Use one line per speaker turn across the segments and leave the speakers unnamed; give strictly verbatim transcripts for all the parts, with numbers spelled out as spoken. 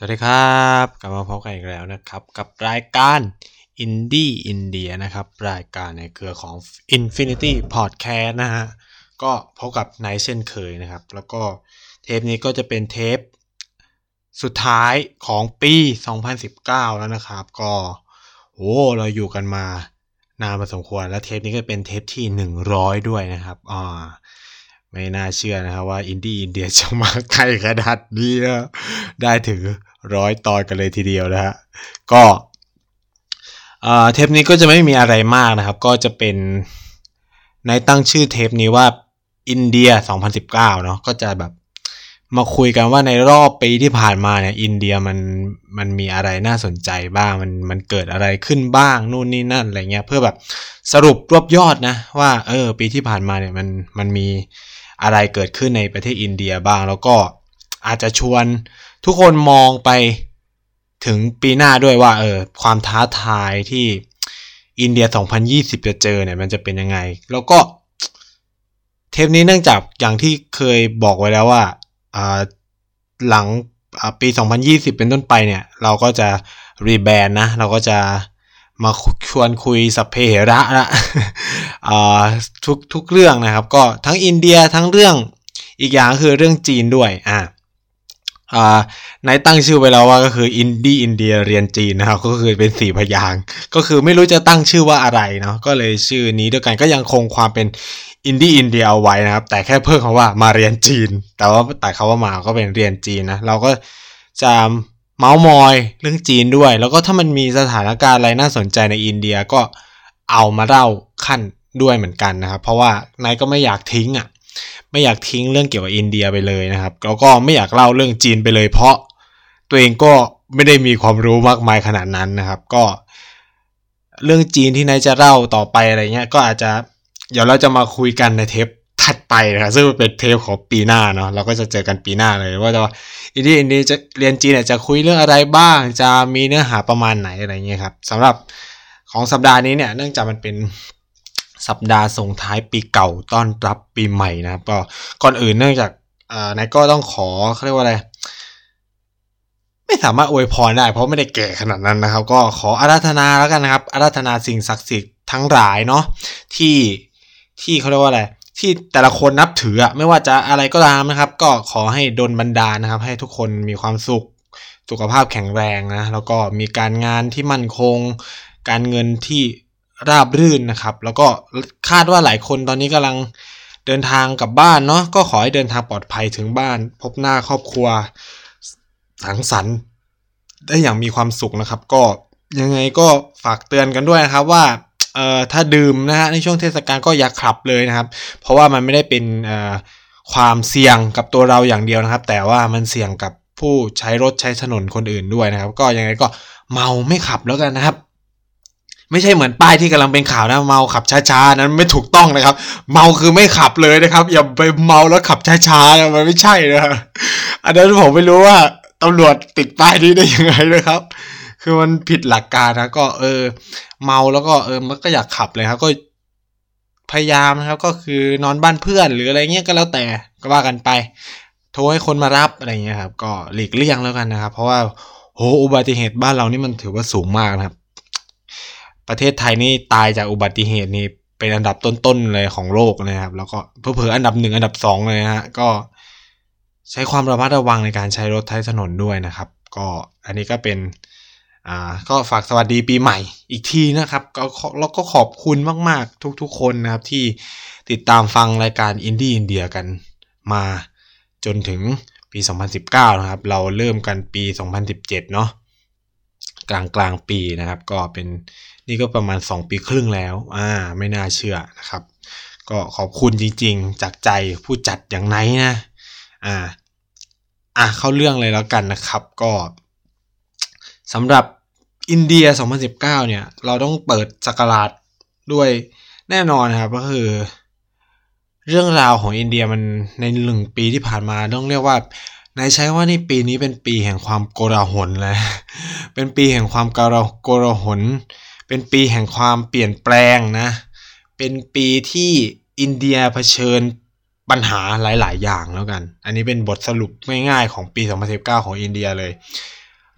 วัสดีครับกลับมาพบกันอีกแล้วนะครับกับรายการอินดี้อินเดียนะครับรายการในเครือของ Infinity Podcast นะฮะก็พบกับไนท์เช่นเคยนะครับแล้วก็เทปนี้ก็จะเป็นเทปสุดท้ายของปีสองพันสิบเก้าแล้วนะครับก็โอ้เราอยู่กันมานานพอสมควรและเทปนี้ก็เป็นเทปที่หนึ่งร้อยด้วยนะครับอ่าไม่น่าเชื่อนะครับว่าอินดี้อินเดียจะมาใกล้ขนาดนี้ได้ถึงร้อยตอนกันเลยทีเดียวนะฮะก็เทปนี้ก็จะไม่มีอะไรมากนะครับก็จะเป็นในตั้งชื่อเทปนี้ว่าอินเดียสองพันสิบเก้าเนาะก็จะแบบมาคุยกันว่าในรอบปีที่ผ่านมาเนี่ยอินเดียมันมันมีอะไรน่าสนใจบ้างมันมันเกิดอะไรขึ้นบ้างนู่นนี่นั่นอะไรเงี้ยเพื่อแบบสรุปรวบยอดนะว่าเออปีที่ผ่านมาเนี่ยมันมันมีอะไรเกิดขึ้นในประเทศอินเดียบ้างแล้วก็อาจจะชวนทุกคนมองไปถึงปีหน้าด้วยว่าเออความท้าทายที่อินเดียสองพันยี่สิบจะเจอเนี่ยมันจะเป็นยังไงแล้วก็เทปนี้เนื่องจากอย่างที่เคยบอกไว้แล้วว่าอ่าหลังปีสองพันยี่สิบเป็นต้นไปเนี่ยเราก็จะรีแบรนด์นะเราก็จะมาชวนคุยสัพเพเหระละอ่าทุกทุกเรื่องนะครับก็ทั้งอินเดียทั้งเรื่องอีกอย่างคือเรื่องจีนด้วยอ่าอ่าในตั้งชื่อไว้แล้วว่าก็คืออินดี้อินเดียเรียนจีนนะครับก็คือเป็นสี่พยางค์ก็คือไม่รู้จะตั้งชื่อว่าอะไรเนาะก็เลยชื่อนี้ด้วยกันก็ยังคงความเป็นอินดี้อินเดียเอาไว้นะครับแต่แค่เพิ่มคำว่ามาเรียนจีนแต่ว่าแต่คำว่ามาก็เป็นเรียนจีนนะเราก็จะเมาส์มอยเรื่องจีนด้วยแล้วก็ถ้ามันมีสถานการณ์อะไรน่าสนใจในอินเดียก็เอามาเล่าขั้นด้วยเหมือนกันนะครับเพราะว่านายก็ไม่อยากทิ้งอ่ะไม่อยากทิ้งเรื่องเกี่ยวกับอินเดียไปเลยนะครับแล้วก็ไม่อยากเล่าเรื่องจีนไปเลยเพราะตัวเองก็ไม่ได้มีความรู้มากมายขนาดนั้นนะครับก็เรื่องจีนที่นายจะเล่าต่อไปอะไรเงี้ยก็อาจจะเดี๋ยวเราจะมาคุยกันในเทปถัดไปนะครับซึ่งเป็นเทปของปีหน้าเนาะเราก็จะเจอกันปีหน้าเลยว่าจะว่าอินเดียอินเดียจะเรียนจีนเนี่ยจะคุยเรื่องอะไรบ้างจะมีเนื้อหาประมาณไหนอะไรเงี้ยครับสำหรับของสัปดาห์นี้เนี่ยเนื่องจากมันเป็นสัปดาห์ส่งท้ายปีเก่าต้อนรับปีใหม่นะครับก็ก่อนอื่นเนื่องจากอ่านายก็ต้องขอเขาเรียกว่าอะไรไม่สามารถอวยพรได้เพราะไม่ได้แก่ขนาดนั้นนะครับก็ขออาราธนาแล้วกันนะครับอาราธนาสิ่งศักดิ์สิทธิ์ทั้งหลายเนาะที่ที่เขาเรียกว่าอะไรที่แต่ละคนนับถืออะไม่ว่าจะอะไรก็ตามนะครับก็ขอให้ดลบันดาลนะครับให้ทุกคนมีความสุขสุขภาพแข็งแรงนะแล้วก็มีการงานที่มั่นคงการเงินที่ราบรื่นนะครับแล้วก็คาดว่าหลายคนตอนนี้กำลังเดินทางกลับบ้านเนาะก็ขอให้เดินทางปลอดภัยถึงบ้านพบหน้าครอบครัวสังสรรค์ได้อย่างมีความสุขนะครับก็ยังไงก็ฝากเตือนกันด้วยนะครับว่าเอ่อถ้าดื่มนะฮะในช่วงเทศกาลก็อย่าขับเลยนะครับเพราะว่ามันไม่ได้เป็นเอ่อความเสี่ยงกับตัวเราอย่างเดียวนะครับแต่ว่ามันเสี่ยงกับผู้ใช้รถใช้ถนนคนอื่นด้วยนะครับก็ยังไงก็เมาไม่ขับแล้วกันนะครับไม่ใช่เหมือนป้ายที่กำลังเป็นข่าวนะเมาขับช้าๆนั้นไม่ถูกต้องนะครับเมาคือไม่ขับเลยนะครับอย่าไปเมาแล้วขับช้าๆนะมันไม่ใช่นะอันนั้นผมไม่รู้ว่าตำรวจติดป้ายนี้ได้ยังไงนะครับคือมันผิดหลักการนะก็เออเมาแล้วก็เออมันก็อยากขับเลยครับก็พยายามนะครับก็คือนอนบ้านเพื่อนหรืออะไรเงี้ยก็แล้วแต่ก็ว่ากันไปโทรให้คนมารับอะไรเงี้ยครับก็หลีกเลี่ยงแล้วกันนะครับเพราะว่าโหอุบัติเหตุบ้านเรานี่มันถือว่าสูงมากนะครับประเทศไทยนี่ตายจากอุบัติเหตุนี่เป็นอันดับต้นๆเลยของโลกนะครับแล้วก็เผลอๆอันดับหนึ่งอันดับสองเลยนะฮะก็ใช้ความระมัดระวังในการใช้รถใช้ถนนด้วยนะครับก็อันนี้ก็เป็นอ่าก็ฝากสวัสดีปีใหม่อีกทีนะครับก็แล้วก็ขอบคุณมากๆทุกๆคนนะครับที่ติดตามฟังรายการอินดี้อินเดียกันมาจนถึงปีสองพันสิบเก้านะครับเราเริ่มกันปีสองพันสิบเจ็ดเนาะกลางกลางปีนะครับก็เป็นนี่ก็ประมาณสองปีครึ่งแล้วอ่าไม่น่าเชื่อนะครับก็ขอบคุณจริงๆจากใจผู้จัดอย่างไหนนะอ่าอ่ะเข้าเรื่องเลยแล้วกันนะครับก็สำหรับอินเดียสองพันสิบเก้าเนี่ยเราต้องเปิดศักราชด้วยแน่นอนครับก็คือเรื่องราวของอินเดียมันในหนึ่งปีที่ผ่านมาต้องเรียกว่านายใช้ว่านี่ปีนี้เป็นปีแห่งความโกลาหลเลยเป็นปีแห่งความโกลาโกลาหลเป็นปีแห่งความเปลี่ยนแปลงนะเป็นปีที่อินเดียเผชิญปัญหาหลายๆอย่างแล้วกันอันนี้เป็นบทสรุปง่ายๆของปีสองพันสิบเก้าของอินเดียเลย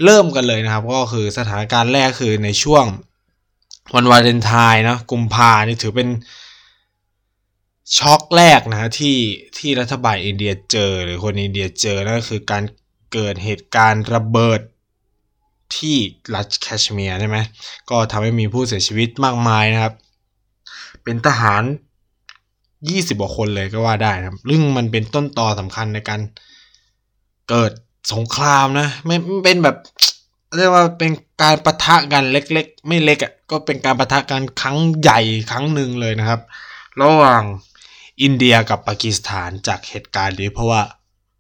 เริ่มกันเลยนะครับก็คือสถานการณ์แรกคือในช่วงวันวาเลนไทน์นะกุมภานี่ถือเป็นช็อกแรกนะที่ที่รัฐบาลอินเดียเจอหรือคนอินเดียเจอนั่นก็คือการเกิดเหตุการณ์ระเบิดที่รัฐแคชเมียร์ใช่ไหมก็ทำให้มีผู้เสียชีวิตมากมายนะครับเป็นทหารยี่สิบกว่าคนเลยก็ว่าได้นะครับซึ่งมันเป็นต้นตอสำคัญในการเกิดสงครามนะไม่เป็นแบบเรียกว่าเป็นการปะทะกันเล็กๆไม่เล็กอ่ะก็เป็นการปะทะกันครั้งใหญ่ครั้งหนึ่งเลยนะครับระหว่างอินเดียกับปากีสถานจากเหตุการณ์นี้เพราะว่า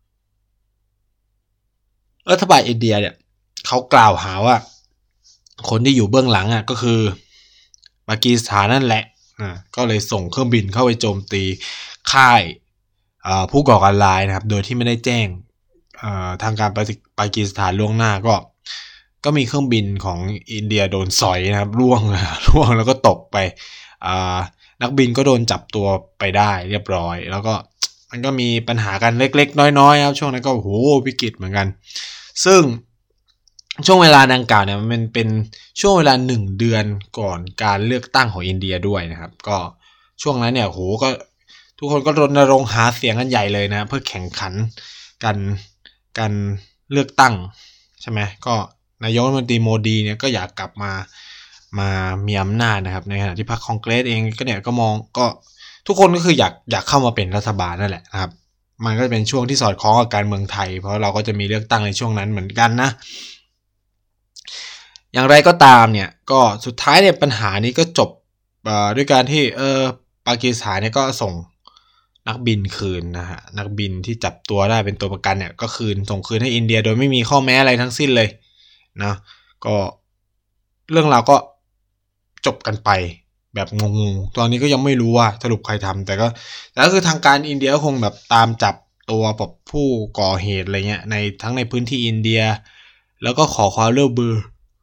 รัฐบาลอินเดียเนี่ยเขากล่าวหาว่าคนที่อยู่เบื้องหลังอ่ะก็คือปากีสถานนั่นแหละอ่าก็เลยส่งเครื่องบินเข้าไปโจมตีค่ายผู้ก่อการร้ายนะครับโดยที่ไม่ได้แจ้งทางการปากีสถานล่วงหน้าก็ก็มีเครื่องบินของอินเดียโดนสอยนะครับร่วงร่วงแล้วก็ตกไปนักบินก็โดนจับตัวไปได้เรียบร้อยแล้วก็มันก็มีปัญหากันเล็กๆน้อยๆครับช่วงนั้นก็โหวิกฤตเหมือนกันซึ่งช่วงเวลาดังกล่าวเนี่ยมันเป็นช่วงเวลาหนึ่งเดือนก่อนการเลือกตั้งของอินเดียด้วยนะครับก็ช่วงนั้นเนี่ยโหก็ทุกคนก็รณรงค์หาเสียงกันใหญ่เลยนะเพื่อแข่งขันกันการเลือกตั้งใช่ไหมก็นายกรัฐมนตรีโมดีเนี่ยก็อยากกลับมามามีอำนาจนะครับในขณะที่พรรคคองเกรสเองก็เนี่ยก็มองก็ทุกคนก็คืออยากอยากเข้ามาเป็นรัฐบาลนั่นแหละนะครับมันก็จะเป็นช่วงที่สอดคล้องกับการเมืองไทยเพราะเราก็จะมีเลือกตั้งในช่วงนั้นเหมือนกันนะอย่างไรก็ตามเนี่ยก็สุดท้ายเนี่ยปัญหานี้ก็จบด้วยการที่เออปากีสถานเนี่ยก็ส่งนักบินคืนนะฮะนักบินที่จับตัวได้เป็นตัวประกันเนี่ยก็คืนส่งคืนให้อินเดียโดยไม่มีข้อแม้อะไรทั้งสิ้นเลยนะก็เรื่องราวก็จบกันไปแบบงงๆตอนนี้ก็ยังไม่รู้ว่าสรุปใครทำแต่ก็แต่ก็คือทางการอินเดียก็คงแบบตามจับตัวแบบผู้ก่อเหตุอะไรเงี้ยในทั้งในพื้นที่อินเดียแล้วก็ขอความร่วมมือ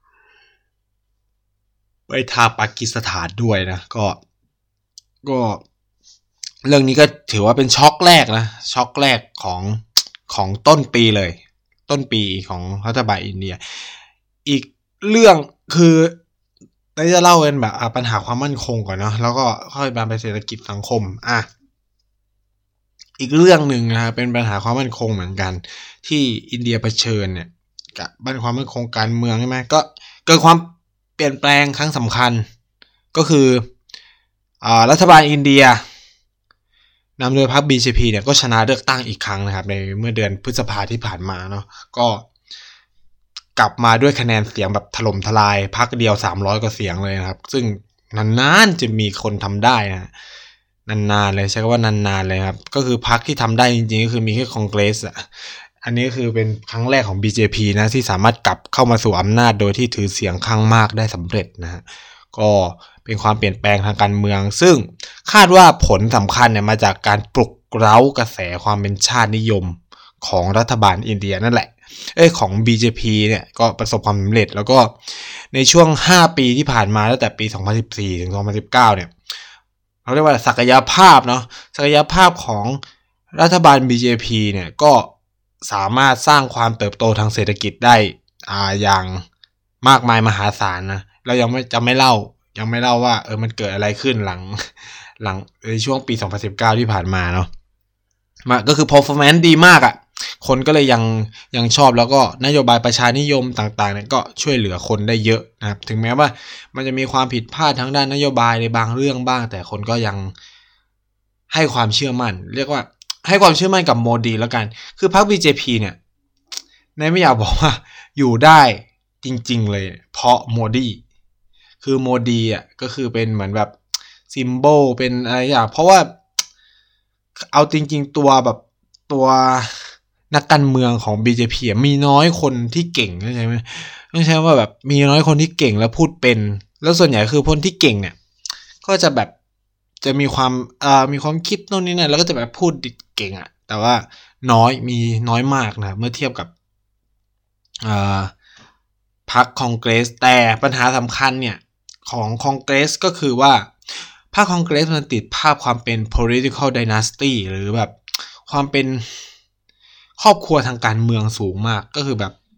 ไปทางปากีสถานด้วยนะก็ก็เรื่องนี้ก็ถือว่าเป็นช็อกแรกนะช็อกแรกของของต้นปีเลยต้นปีของรัฐบาลอินเดียอีกเรื่องคือเราจะเล่าเป็นแบบปัญหาความมั่นคงก่อนเนาะแล้วก็ค่อยมาไปเศรษฐกิจสังคมอ่ะอีกเรื่องหนึ่งนะครับเป็นปัญหาความมั่นคงเหมือนกันที่อินเดียเผชิญเนี่ยกับปัญหาความมั่นคงการเมืองใช่ไหมก็เกิดความเปลี่ยนแปลงครั้งสำคัญก็คืออ่ารัฐบาลอินเดียนำโดยพรรค บี เจ พี เนี่ยก็ชนะเลือกตั้งอีกครั้งนะครับในเมื่อเดือนพฤษภาที่ผ่านมาเนาะก็กลับมาด้วยคะแนนเสียงแบบถล่มทลายพรรคเดียวสามร้อยกว่าเสียงเลยนะครับซึ่งนานๆจะมีคนทำได้นะนานๆเลยใช้คำว่านานๆเลยครับก็คือพรรคที่ทำได้จริงๆก็คือมีแค่คองเกรสอ่ะอันนี้คือเป็นครั้งแรกของ บี เจ พี นะที่สามารถกลับเข้ามาสู่อำนาจโดยที่ถือเสียงข้างมากได้สำเร็จนะฮะก็เป็นความเปลี่ยนแปลงทางการเมืองซึ่งคาดว่าผลสำคัญเนี่ยมาจากการปลุกเร้ากระแสความเป็นชาตินิยมของรัฐบาลอินเดียนั่นแหละเอ้ยของ บี เจ พี เนี่ยก็ประสบความสำเร็จแล้วก็ในช่วงห้าปีที่ผ่านมาตั้งแต่ปีสองพันสิบสี่ถึงสองพันสิบเก้าเนี่ยเราเรียกว่าศักยภาพเนาะศักยภาพของรัฐบาล บี เจ พี เนี่ยก็สามารถสร้างความเติบโตทางเศรษฐกิจได้อ่าอย่างมากมายมหาศาลนะเรายังไม่จะไม่เล่ายังไม่เล่าว่าเออมันเกิดอะไรขึ้นหลังหลังในช่วงปีสองพันสิบเก้าที่ผ่านมาเนาะมาก็คือ performance ดีมากอ่ะคนก็เลยยังยังชอบแล้วก็นโยบายประชานิยมต่างๆเนี่ยก็ช่วยเหลือคนได้เยอะนะครับถึงแม้ว่ามันจะมีความผิดพลาดทางด้านนโยบายในบางเรื่องบ้างแต่คนก็ยังให้ความเชื่อมั่นเรียกว่าให้ความเชื่อมั่นกับโมดีแล้วกันคือพรรค บี เจ พี เนี่ยในไม่อยากบอกว่าอยู่ได้จริงๆเลยเพราะโมดีคือโมดีอ่ะก็คือเป็นเหมือนแบบซิมโบลเป็นอะไรอย่างเพราะว่าเอาจริงๆตัวแบบตัวนักการเมืองของ บี เจ พี มีน้อยคนที่เก่งใช่ไหมไม่ใช่ว่าแบบมีน้อยคนที่เก่งแล้วพูดเป็นแล้วส่วนใหญ่คือคนที่เก่งเนี่ยก็จะแบบจะมีความอ่ามีความคิดโน่นนี่นั่นแล้วก็จะแบบพูดเก่งอ่ะแต่ว่าน้อยมีน้อยมากนะเมื่อเทียบกับอ่าพรรคคองเกรสแต่ปัญหาสำคัญเนี่ยของคองเกรสก็คือว่าพรรคคองเกรสมันติดภาพความเป็น political dynasty หรือแบบความเป็นครอบครัวทางการเมืองสูงมากก็คือแบบ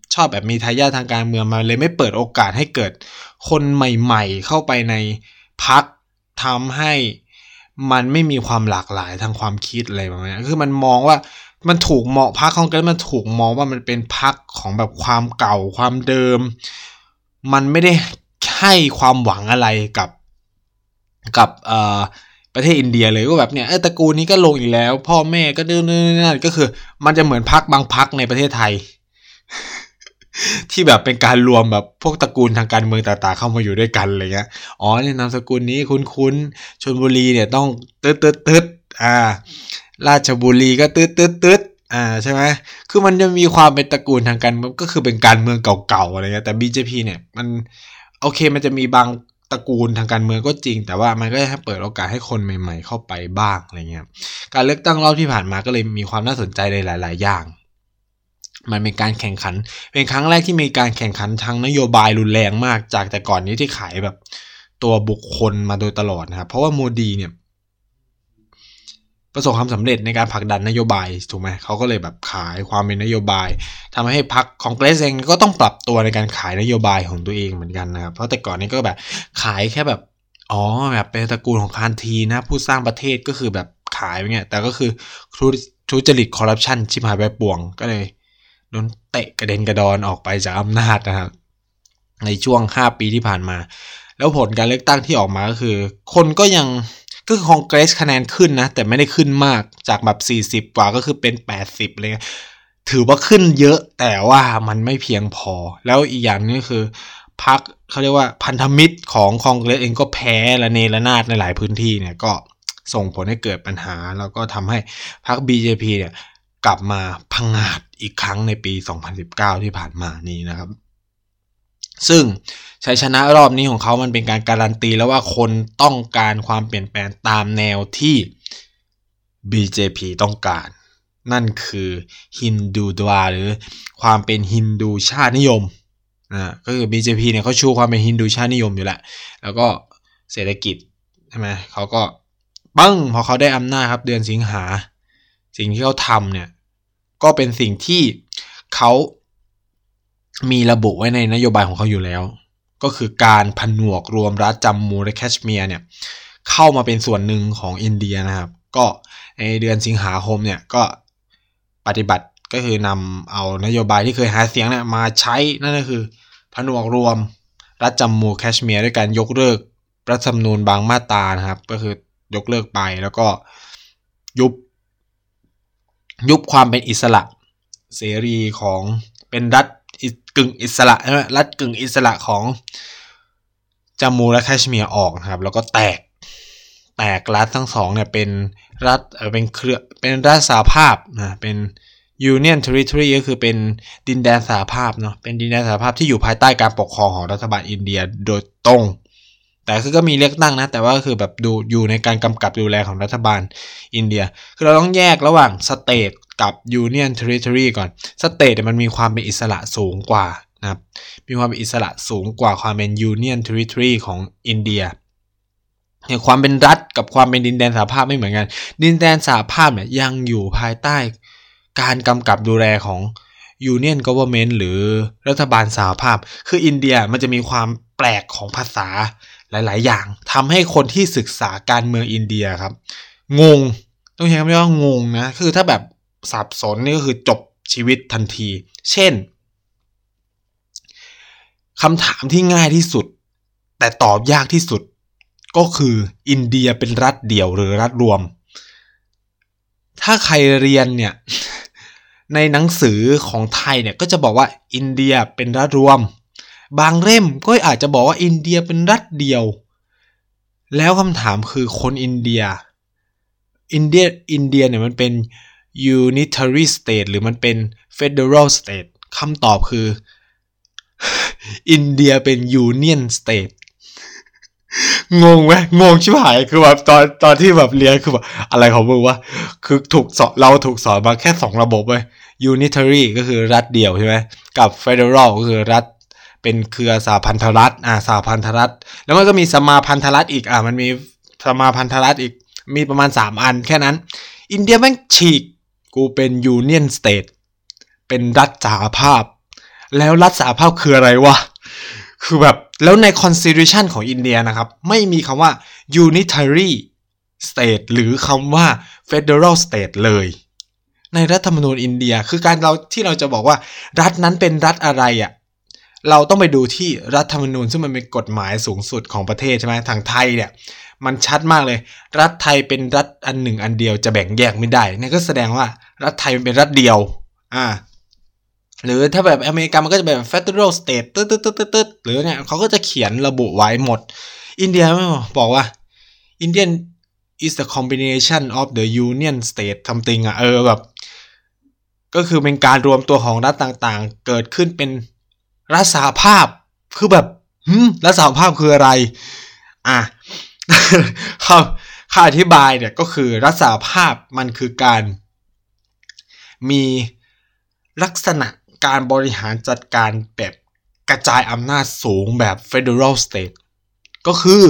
ชอบแบบมีทายาททางการเมืองมาเลยไม่เปิดโอกาสให้เกิดคนใหม่ๆเข้าไปในพรรคทำให้มันไม่มีความหลากหลายทางความคิดอะไรแบบนี้คือมันมองว่ามันถูกมองพรรคของกันมันถูกมองว่ามันเป็นพรรคของแบบความเก่าความเดิมมันไม่ได้ให้ความหวังอะไรกับกับเอ่อประเทศอินเดียเลยก็แบบเนี่ยเออตระกูลนี้ก็ลงอีกแล้วพ่อแม่ก็ดื้อนั่นก็คือมันจะเหมือนพรรคบางพรรคในประเทศไทย ที่แบบเป็นการรวมแบบพวกตระกูลทางการเมืองต่างๆเข้ามาอยู่ด้วยกันอะไรเงี้ยอ๋อเนี่ยนามสกุลนี้คุ้นๆชลบุรีเนี่ยต้องตึ๊ดตึ๊ดตึ๊ดอ่าราชบุรีก็ตึ๊ดตึ๊ดตึ๊ดอ่าใช่ไหมคือมันจะมีความเป็นตระกูลทางการเมืองก็คือเป็นการเมืองเก่าๆอะไรเงี้ยแต่ บี เจ พี เนี่ยมันโอเคมันจะมีบางตระกูลทางการเมืองก็จริงแต่ว่ามันก็ให้เปิดโอกาสให้คนใหม่ๆเข้าไปบ้างอะไรเงี้ยการเลือกตั้งรอบที่ผ่านมาก็เลยมีความน่าสนใจในหลายๆอย่างมันเป็นการแข่งขันเป็นครั้งแรกที่มีการแข่งขันทางนโยบายรุนแรงมากจากแต่ก่อนนี้ที่ขายแบบตัวบุคคลมาโดยตลอดนะครับเพราะว่าโมดีเนี่ยประสบความสำเร็จในการผลักดันนโยบายถูกไหมเขาก็เลยแบบขายความเป็นนโยบายทำให้พรรคคองเกรสเองก็ต้องปรับตัวในการขายนโยบายของตัวเองเหมือนกันนะครับเพราะแต่ก่อนนี้ก็แบบขายแค่แบบอ๋อแบบเป็นตระกูลของคานทีนะผู้สร้างประเทศก็คือแบบขายอย่างเงี้ยแต่ก็คือทุจริตคอร์รัปชันชิบหายไปป่วงก็เลยโดนเตะกระเด็นกระดอนออกไปจากอำนาจนะครับในช่วงห้าปีที่ผ่านมาแล้วผลการเลือกตั้งที่ออกมาก็คือคนก็ยังก็คือคองเกรสคะแนนขึ้นนะแต่ไม่ได้ขึ้นมากจากแบบสี่สิบกว่าก็คือเป็นแปดสิบเลยถือว่าขึ้นเยอะแต่ว่ามันไม่เพียงพอแล้วอีกอย่างนึงก็คือพรรคเขาเรียกว่าพันธมิตรของคองเกรสเองก็แพ้ระเนระนาดในหลายพื้นที่เนี่ยก็ส่งผลให้เกิดปัญหาแล้วก็ทำให้พรรค บี เจ พี เนี่ยกลับมาพังงาดอีกครั้งในปีสองพันสิบเก้าที่ผ่านมานี้นะครับซึ่งชัยชนะรอบนี้ของเขามันเป็นการการันตีแล้วว่าคนต้องการความเปลี่ยนแปลงตามแนวที่ บี เจ พี ต้องการนั่นคือฮินดูดวาหรือความเป็นฮินดูชาตินิยมอ่าก็คือ บี เจ พี เนี่ยเขาชูความเป็นฮินดูชาตินิยมอยู่แหละแล้วก็เศรษฐกิจใช่ไหมเขาก็ปังพอเขาได้อำนาจครับเดือนสิงหาสิ่งที่เขาทำเนี่ยก็เป็นสิ่งที่เขามีระบุไว้ในนโยบายของเขาอยู่แล้วก็คือการผนวกรวมรัฐจัมมูและแคชเมียร์เนี่ยเข้ามาเป็นส่วนหนึ่งของอินเดียนะครับก็ในเดือนสิงหาคมเนี่ยก็ปฏิบัติก็คือนำเอานโยบายที่เคยหาเสียงเนี่ยมาใช้นั่นก็คือผนวกรวมรัฐจัมมูแคชเมียร์ด้วยการยกเลิกรัฐธรรมนูญบางมาตรานะครับก็คือยกเลิกไปแล้วก็ยุบยุบความเป็นอิสระเสรีของเป็นรัฐกึ่งอิสระใช่ไหมรัฐกึ่งอิสระของจัมมูและแคชเมียร์ออกนะครับแล้วก็แตกแตกรัฐทั้งสองเนี่ยเป็นรัฐเออเป็นเครือเป็นรัฐสหภาพนะเป็น Union Territory ก็คือเป็นดินแดนสหภาพเนาะเป็นดินแดนสหภาพที่อยู่ภายใต้การปกครองของรัฐบาลอินเดียโดยตรงแต่คือก็มีเลือกตั้งนะแต่ว่าก็คือแบบดูอยู่ในการกำกับดูแลของรัฐบาลอินเดียคือเราต้องแยกระหว่างสเตทกับ Union Territory ก่อนสเตทเนี่ยมันมีความเป็นอิสระสูงกว่านะครับมีความเป็นอิสระสูงกว่าความเป็น Union Territory ของอินเดียเนี่ยความเป็นรัฐกับความเป็นดินแดนสหภาพไม่เหมือนกันดินแดนสหภาพเนี่ยยังอยู่ภายใต้การกำกับดูแลของ Union Government หรือรัฐบาลสหภาพคืออินเดียมันจะมีความแปลกของภาษาหลายๆอย่างทำให้คนที่ศึกษาการเมืองอินเดียครับงงต้องใช้คำว่างงนะคือถ้าแบบสับสนนี่ก็คือจบชีวิตทันทีเช่นคำถามที่ง่ายที่สุดแต่ตอบยากที่สุดก็คืออินเดียเป็นรัฐเดี่ยวหรือรัฐรวมถ้าใครเรียนเนี่ยในหนังสือของไทยเนี่ยก็จะบอกว่าอินเดียเป็นรัฐรวมบางเล่มก็อาจจะบอกว่าอินเดียเป็นรัฐเดียวแล้วคำถามคือคนอินเดียอินเดียอินเดียเนี่ยมันเป็น unitary state หรือมันเป็น federal state คำตอบคืออินเดียเป็น union state งงไหมงงชิบหายคือแบบตอนตอนที่แบบเรียนคือแบบอะไรของมึงวะคือถูกสอนเราถูกสอนมาแค่สองระบบเว้ย unitary ก็คือรัฐเดียวใช่ไหมกับ federal ก็คือรัฐเป็นเครือสหพันธรัฐอ่าสหพันธรัฐแล้วมันก็มีสมาพันธรัฐอีกอ่ามันมีสมาพันธรัฐอีกมีประมาณสามอันแค่นั้นอินเดียแม่งฉีกกูเป็น union state เป็นรัฐสหภาพแล้วรัฐสหภาพคืออะไรวะคือแบบแล้วใน constitution ของอินเดียนะครับไม่มีคำว่า unitary state หรือคำว่า federal state เลยในรัฐธรรมนูญอินเดียคือการเราที่เราจะบอกว่ารัฐนั้นเป็นรัฐอะไรอ่ะเราต้องไปดูที่รัฐธรรมนูญซึ่งมันเป็นกฎหมายสูงสุดของประเทศใช่ไหมทางไทยเนี่ยมันชัดมากเลยรัฐไทยเป็นรัฐอันหนึ่งอันเดียวจะแบ่งแยกไม่ได้นั่นก็แสดงว่ารัฐไทยมันเป็นรัฐเดียวอ่าหรือถ้าแบบอเมริกามันก็จะแบบ federal state ตึ๊ดตึ๊ดตึ๊ดตึ๊ดหรือเนี่ยเขาก็จะเขียนระบุไว้หมดอินเดียไม่บอกว่า Indian is the combination of the union state something อ่ะเออแบบก็คือเป็นการรวมตัวของรัฐต่างๆเกิดขึ้นเป็นรัฐสหภาพคือแบบหึรัฐสหภาพคืออะไรอ่ะ เขาเขาอธิบายเนี่ยก็คือรัฐสหภาพมันคือการมีลักษณะการบริหารจัดการแบบกระจายอำนาจสูงแบบ federal state ก็คือ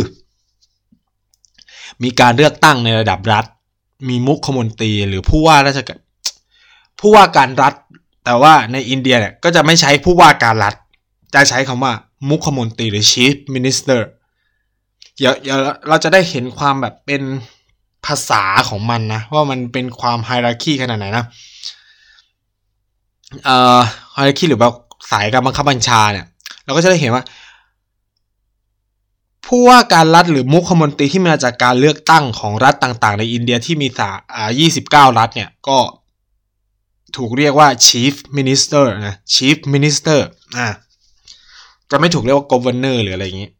มีการเลือกตั้งในระดับรัฐมีมุขมนตรีหรือผู้ว่าราชการผู้ว่าการรัฐแต่ว่าในอินเดียเนี่ยก็จะไม่ใช้ผู้ว่าการรัฐจะใช้คำว่ามุขมนตรีหรือ chief minister เดี๋ยวเดี๋ยวเราจะได้เห็นความแบบเป็นภาษาของมันนะว่ามันเป็นความไฮรักีขนาดไหนนะเอ่อไฮรักีหรือแบบสายการบังคับบัญชาเนี่ยเราก็จะได้เห็นว่าผู้ว่าการรัฐหรือมุขมนตรีที่มาจากการเลือกตั้งของรัฐต่างๆในอินเดียที่มีสาอ่ายี่สิบเก้ารัฐเนี่ยก็ถูกเรียกว่า chief minister นะ chief minister อ่าจะไม่ถูกเรียกว่า governor หรืออะไรอย่างนี้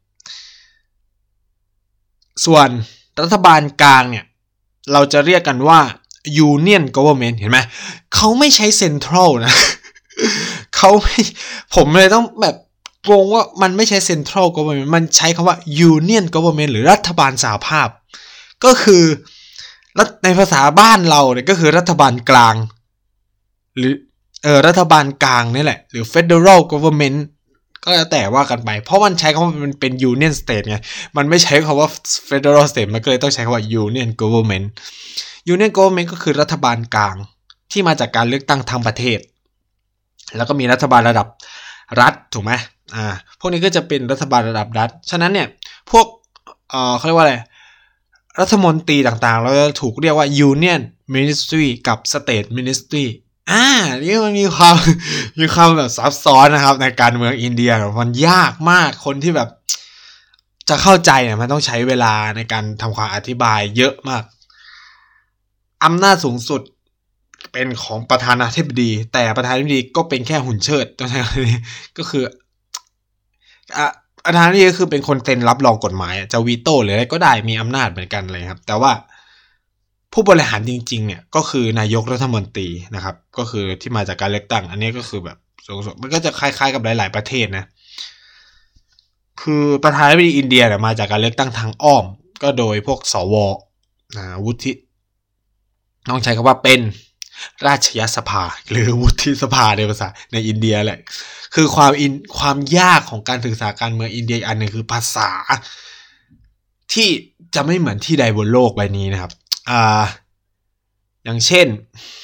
ส่วนรัฐบาลกลางเนี่ยเราจะเรียกกันว่า union government เห็นไหมเขาไม่ใช้ central นะเขาไม่ผมเลยต้องแบบงงว่ามันไม่ใช่ central government มันใช้คำว่า union government หรือรัฐบาลสหภาพก็คือในภาษาบ้านเราเนี่ยก็คือรัฐบาลกลางหรือเออรัฐบาลกลางนี่แหละหรือ federal government ก็แล้วแต่ว่ากันไปเพราะมันใช้คำว่ามันเป็น union state ไงมันไม่ใช้คำว่า federal state มันก็เลยต้องใช้คำว่า union government union government ก็คือรัฐบาลกลางที่มาจากการเลือกตั้งทั้งประเทศแล้วก็มีรัฐบาลระดับรัฐถูกไหมอ่าพวกนี้ก็จะเป็นรัฐบาลระดับรัฐฉะนั้นเนี่ยพวกเอ่อเขาเรียกว่าอะไรรัฐมนตรีต่างๆเราจะถูกเรียกว่า union ministry กับ state ministryอ่านี่มันมีความมีความแบบซับซ้อนนะครับในการเมืองอินเดียมันยากมากคนที่แบบจะเข้าใจเนี่ยมันต้องใช้เวลาในการทำความอธิบายเยอะมากอำนาจสูงสุดเป็นของประธานาธิบดีแต่ประธานาธิบดีก็เป็นแค่หุ่นเชิดต้องใช้คำนี้ก็คืออ่ะประธานาธิบดีก็คือเป็นคนเซ็นรับรองกฎหมายจะวีโต้หรืออะไรก็ได้มีอำนาจเหมือนกันเลยครับแต่ว่าผู้บริหารจริงๆเนี่ยก็คือนายกรัฐมนตรีนะครับก็คือที่มาจากการเลือกตั้งอันนี้ก็คือแบบสูงสุดมันก็จะคล้ายๆกับหลายๆประเทศนะคือประธานาธิบดีอินเดียเนี่ยมาจากการเลือกตั้งทางอ้อมก็โดยพวกสวอ่าวุฒิต้องใช้คำว่าเป็นราชยสภาหรือวุฒิสภาในภาษาในอินเดียแหละคือความอินความยากของการศึกษาการเมืองอินเดียอันนึงคือภาษาที่จะไม่เหมือนที่ใดบนโลกใบนี้นะครับอ่าอย่างเช่น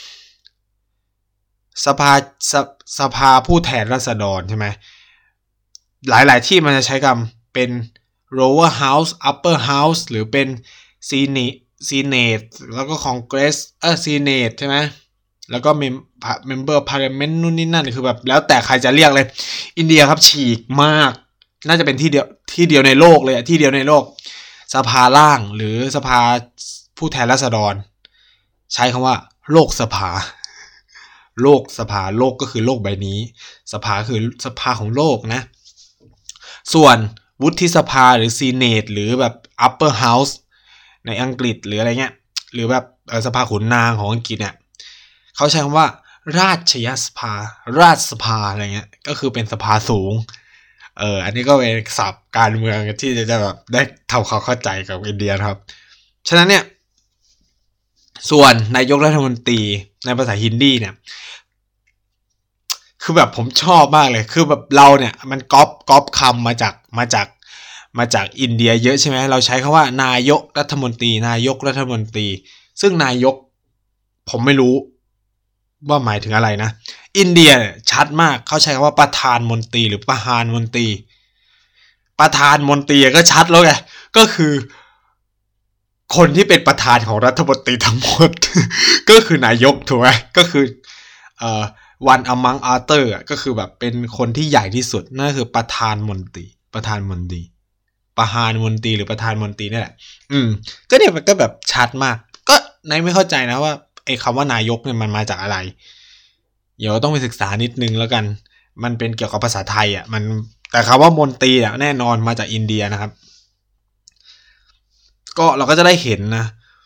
สภาสสภาผู้แทนราษฎรใช่ไหมหลายๆที่มันจะใช้คำเป็น lower house upper house หรือเป็น senate senate แล้วก็ congress เออ senate ใช่ไหมแล้วก็ member parliament นู่นนี่นั่นคือแบบแล้วแต่ใครจะเรียกเลยอินเดียครับฉีกมากน่าจะเป็นที่เดียวที่เดียวในโลกเลยที่เดียวในโลกสภาล่างหรือสภาผู้แทนราษฎรใช้คำว่าโลกสภาโลกสภาโลกก็คือโลกใบนี้สภาคือสภาของโลกนะส่วนวุฒิสภาหรือ Senate หรือแบบ Upper House ในอังกฤษหรืออะไรเงี้ยหรือแบบสภาขุนนางของอังกฤษเนี่ยเขาใช้คำว่าราชยสภาราชสภาอะไรเงี้ยก็คือเป็นสภาสูงเอออันนี้ก็เป็นศัพท์การเมืองที่จะแบบได้ทำความเข้าใจกับอินเดียครับฉะนั้นเนี่ยส่วนนายกรัฐมนตรีในภาษาฮินดีเนี่ยคือแบบผมชอบมากเลยคือแบบเราเนี่ยมันก๊อปก๊อปคำมาจากมาจากมาจากอินเดียเยอะใช่ไหมเราใช้คำว่านายกรัฐมนตรีนายกรัฐมนตรีซึ่งนายกผมไม่รู้ว่าหมายถึงอะไรนะอินเดียเนี่ยชัดมากเขาใช้คำว่าประธานมนตรีหรือประธานมนตรีประธานมนตรีก็ชัดแล้วไงก็คือคนที่เป็นประธานของรัฐมนตรีทั้งหมด ก็คือนายกถูกไหมก็คือเอ่อ one among other ก็คือแบบเป็นคนที่ใหญ่ที่สุดนั่นคือประธานมนตรีประธานมนตรีประธานมนตรีหรือประธานมนตรีนี่แหละอืมก็เนี่ยมันก็แบบชัดมากก็นายไม่เข้าใจนะว่าไอ้คำว่านายกเนี่ยมันมาจากอะไรเดี๋ยวต้องไปศึกษานิดนึงแล้วกันมันเป็นเกี่ยวกับภาษาไทยอ่ะมันแต่คำว่ามนตรีอ่ะแน่นอนมาจากอินเดียนะครับก็เราก็จะได้เห็นนะ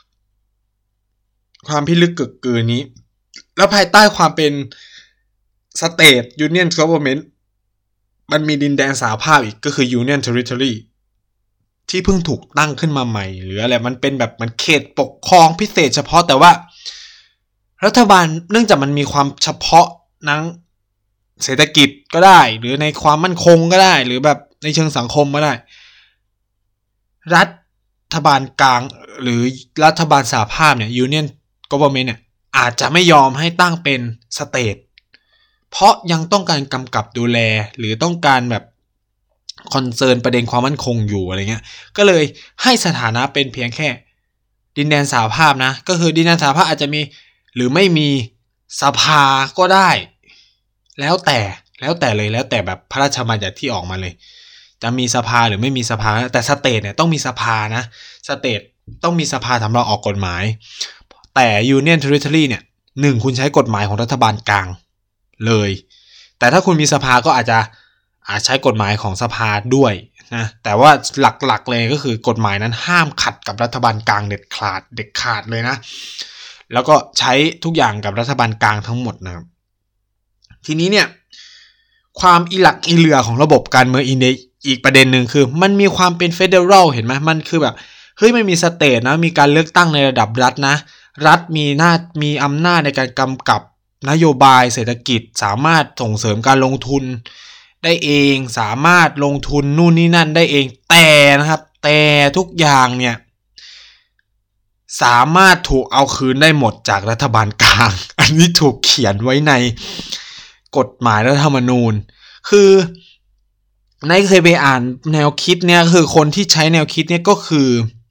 ความพิลึกกึกกือนี้แล้วภายใต้ความเป็น State Union Government มันมีดินแดนสหภาพอีกก็คือ Union Territory ที่เพิ่งถูกตั้งขึ้นมาใหม่หรืออะไรมันเป็นแบบมันเขตปกครองพิเศษเฉพาะแต่ว่ารัฐบาลเนื่องจากมันมีความเฉพาะนังเศรษฐกิจก็ได้หรือในความมั่นคงก็ได้หรือแบบในเชิงสังคมก็ได้รัฐบาลกลางหรือรัฐบาลสหภาพเนี่ย Union Government เนี่ยอาจจะไม่ยอมให้ตั้งเป็น State เพราะยังต้องการกำกับดูแลหรือต้องการแบบคอนเซิร์นประเด็นความมั่นคงอยู่อะไรเงี้ยก็เลยให้สถานะเป็นเพียงแค่ดินแดนสหภาพนะก็คือดินแดนสหภาพอาจจะมีหรือไม่มีสภาก็ได้แล้วแต่แล้วแต่เลยแล้วแต่แบบพระราชบัญญัติที่ออกมาเลยจะมีสภาหรือไม่มีสภาแต่สเตทเนี่ยต้องมีสภานะสเตทต้องมีสภาสำหรับออกกฎหมายแต่ Union Territory เนี่ยหนึ่งคุณใช้กฎหมายของรัฐบาลกลางเลยแต่ถ้าคุณมีสภาก็อาจจะอาจใช้กฎหมายของสภาด้วยนะแต่ว่าหลักๆเลยก็คือกฎหมายนั้นห้ามขัดกับรัฐบาลกลางเด็ดขาดเด็ดขาดเลยนะแล้วก็ใช้ทุกอย่างกับรัฐบาลกลางทั้งหมดนะครับทีนี้เนี่ยความอิหลักอิเหลือของระบบการเมืองอินเดียอีกประเด็นหนึ่งคือมันมีความเป็นเฟเดอรัลเห็นไหมมันคือแบบเฮ้ยไม่มีสเตทนะมีการเลือกตั้งในระดับรัฐนะรัฐมีหน้ามีอำนาจในการกำกับนโยบายเศรษฐกิจสามารถส่งเสริมการลงทุนได้เองสามารถลงทุนนู่นนี่นั่นได้เองแต่นะครับแต่ทุกอย่างเนี่ยสามารถถูกเอาคืนได้หมดจากรัฐบาลกลางอันนี้ถูกเขียนไว้ในกฎหมายรัฐธรรมนูญคือนายเคยไปอ่านแนวคิดเนี่ยคือคนที่ใช้แนวคิดเนี่ยก็คือ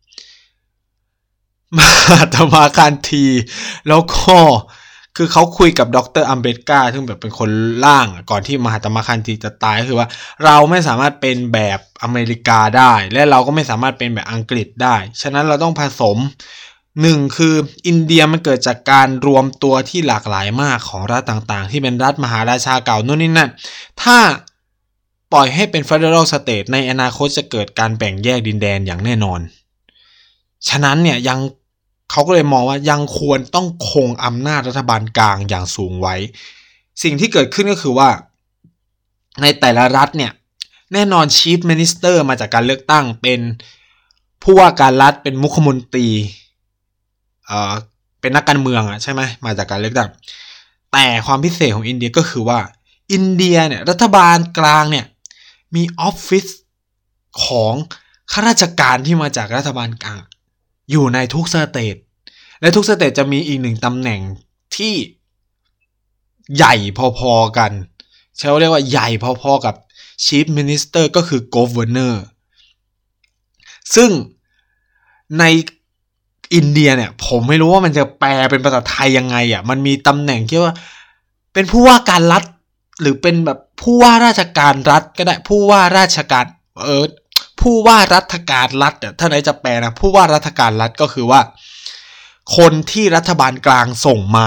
มหาตมะคันธีแล้วก็คือเขาคุยกับดร.อัมเบดกาซึ่งแบบเป็นคนร่างก่อนที่มหาตมะคันธีจะตายก็คือว่าเราไม่สามารถเป็นแบบอเมริกาได้และเราก็ไม่สามารถเป็นแบบอังกฤษได้ฉะนั้นเราต้องผสมหนึ่งคืออินเดียมันเกิดจากการรวมตัวที่หลากหลายมากของรัฐต่างๆที่เป็นรัฐมหาราชาเก่านู่นนี่นั่นถ้าปล่อยให้เป็น Federal State ในอนาคตจะเกิดการแบ่งแยกดินแดนอย่างแน่นอนฉะนั้นเนี่ยยังเขาก็เลยมองว่ายังควรต้องคงอำนาจรัฐบาลกลางอย่างสูงไว้สิ่งที่เกิดขึ้นก็คือว่าในแต่ละรัฐเนี่ยแน่นอน Chief Minister มาจากการเลือกตั้งเป็นผู้ว่าการรัฐเป็นมุขมนตรีเอ่อเป็นนักการเมืองอ่ะใช่ไหมมาจากการเลือกตั้งแต่ความพิเศษของอินเดียก็คือว่าอินเดียเนี่ยรัฐบาลกลางเนี่ยมีออฟฟิศของข้าราชการที่มาจากรัฐบาลกลางอยู่ในทุกสเตทและทุกสเตทจะมีอีกหนึ่งตำแหน่งที่ใหญ่พอๆกันใช้เรียกว่าใหญ่พอๆกับ Chief Minister ก็คือ Governor ซึ่งในอินเดียเนี่ยผมไม่รู้ว่ามันจะแปลเป็นภาษาไทยยังไงอ่ะมันมีตำแหน่งที่ว่าเป็นผู้ว่าการรัฐหรือเป็นแบบผู้ว่าราชการรัฐก็ได้ผู้ว่าราชการเออผู้ว่ารัฐการรัฐเนี่ยถ้าไหนจะแปลนะผู้ว่ารัฐการรัฐก็คือว่าคนที่รัฐบาลกลางส่งมา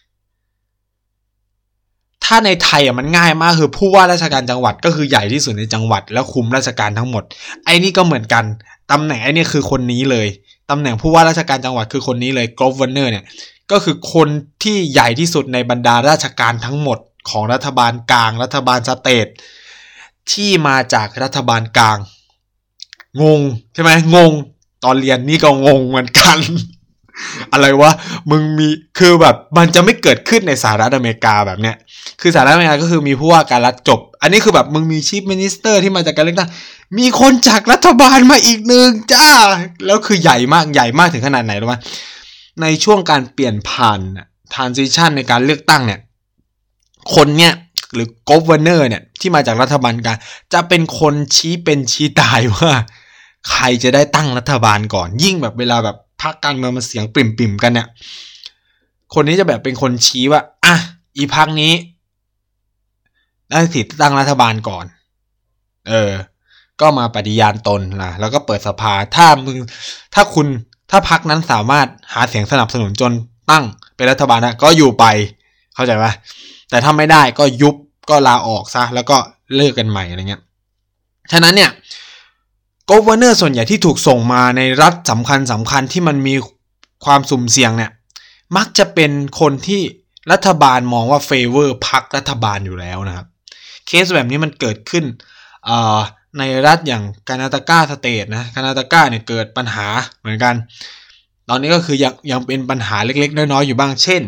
ถ้าในไทยอ่ะมันง่ายมากคือผู้ว่าราชการจังหวัดก็คือใหญ่ที่สุดในจังหวัดแล้วคุมราชการทั้งหมดไอ้นี่ก็เหมือนกันตำแหน่งไอ้นี่คือคนนี้เลยตำแหน่งผู้ว่าราชการจังหวัดคือคนนี้เลย Governor เนี่ยก็คือคนที่ใหญ่ที่สุดในบรรดาราชการทั้งหมดของรัฐบาลกลางรัฐบาลสเตทที่มาจากรัฐบาลกลางงงใช่ไหมงงตอนเรียนนี่ก็งงเหมือนกัน อะไรวะมึงมีคือแบบมันจะไม่เกิดขึ้นในสหรัฐอเมริกาแบบเนี้ยคือสหรัฐอเมริกาก็คือมีผู้ว่าการรัฐจบอันนี้คือแบบมึงมี Chief Minister ที่มาจากการเลือกตั้งมีคนจากรัฐบาลมาอีกหนึ่งจ้าแล้วคือใหญ่มากใหญ่มากถึงขนาดไหนรู้ไหมในช่วงการเปลี่ยนผ่าน transition ในการเลือกตั้งเนี่ยคนเนี่ยหรือ governor เนี่ยที่มาจากรัฐบาลกลางจะเป็นคนชี้เป็นชี้ตายว่าใครจะได้ตั้งรัฐบาลก่อนยิ่งแบบเวลาแบบพรรคการเมืองมันเสียงปริ่มๆกันเนี่ยคนนี้จะแบบเป็นคนชี้ว่าอ่ะอีพรรคนี้ได้สิทธิ์ตั้งรัฐบาลก่อนเออก็มาปฏิญาณตนนะแล้วก็เปิดสภาถ้ามึงถ้าคุณถ้าพรรคนั้นสามารถหาเสียงสนับสนุนจนตั้งเป็นรัฐบาลนะก็อยู่ไปเข้าใจไหมแต่ถ้าไม่ได้ก็ยุบก็ลาออกซะแล้วก็เลิกกันใหม่อะไรเงี้ยฉะนั้นเนี่ยกฟเวอร์เนอร์ส่วนใหญ่ที่ถูกส่งมาในรัฐสำคัญสำคัญที่มันมีความสุ่มเสี่ยงเนี่ยมักจะเป็นคนที่รัฐบาลมองว่าเฟเวอร์พรรครัฐบาลอยู่แล้วนะครับเคสแบบนี้มันเกิดขึ้นในรัฐอย่างกานาตาก้าสเตทนะกานาตาก้าเนี่ยเกิดปัญหาเหมือนกันตอนนี้ก็คือยังยังเป็นปัญหาเล็กๆน้อยๆอยู่บ้างเช่น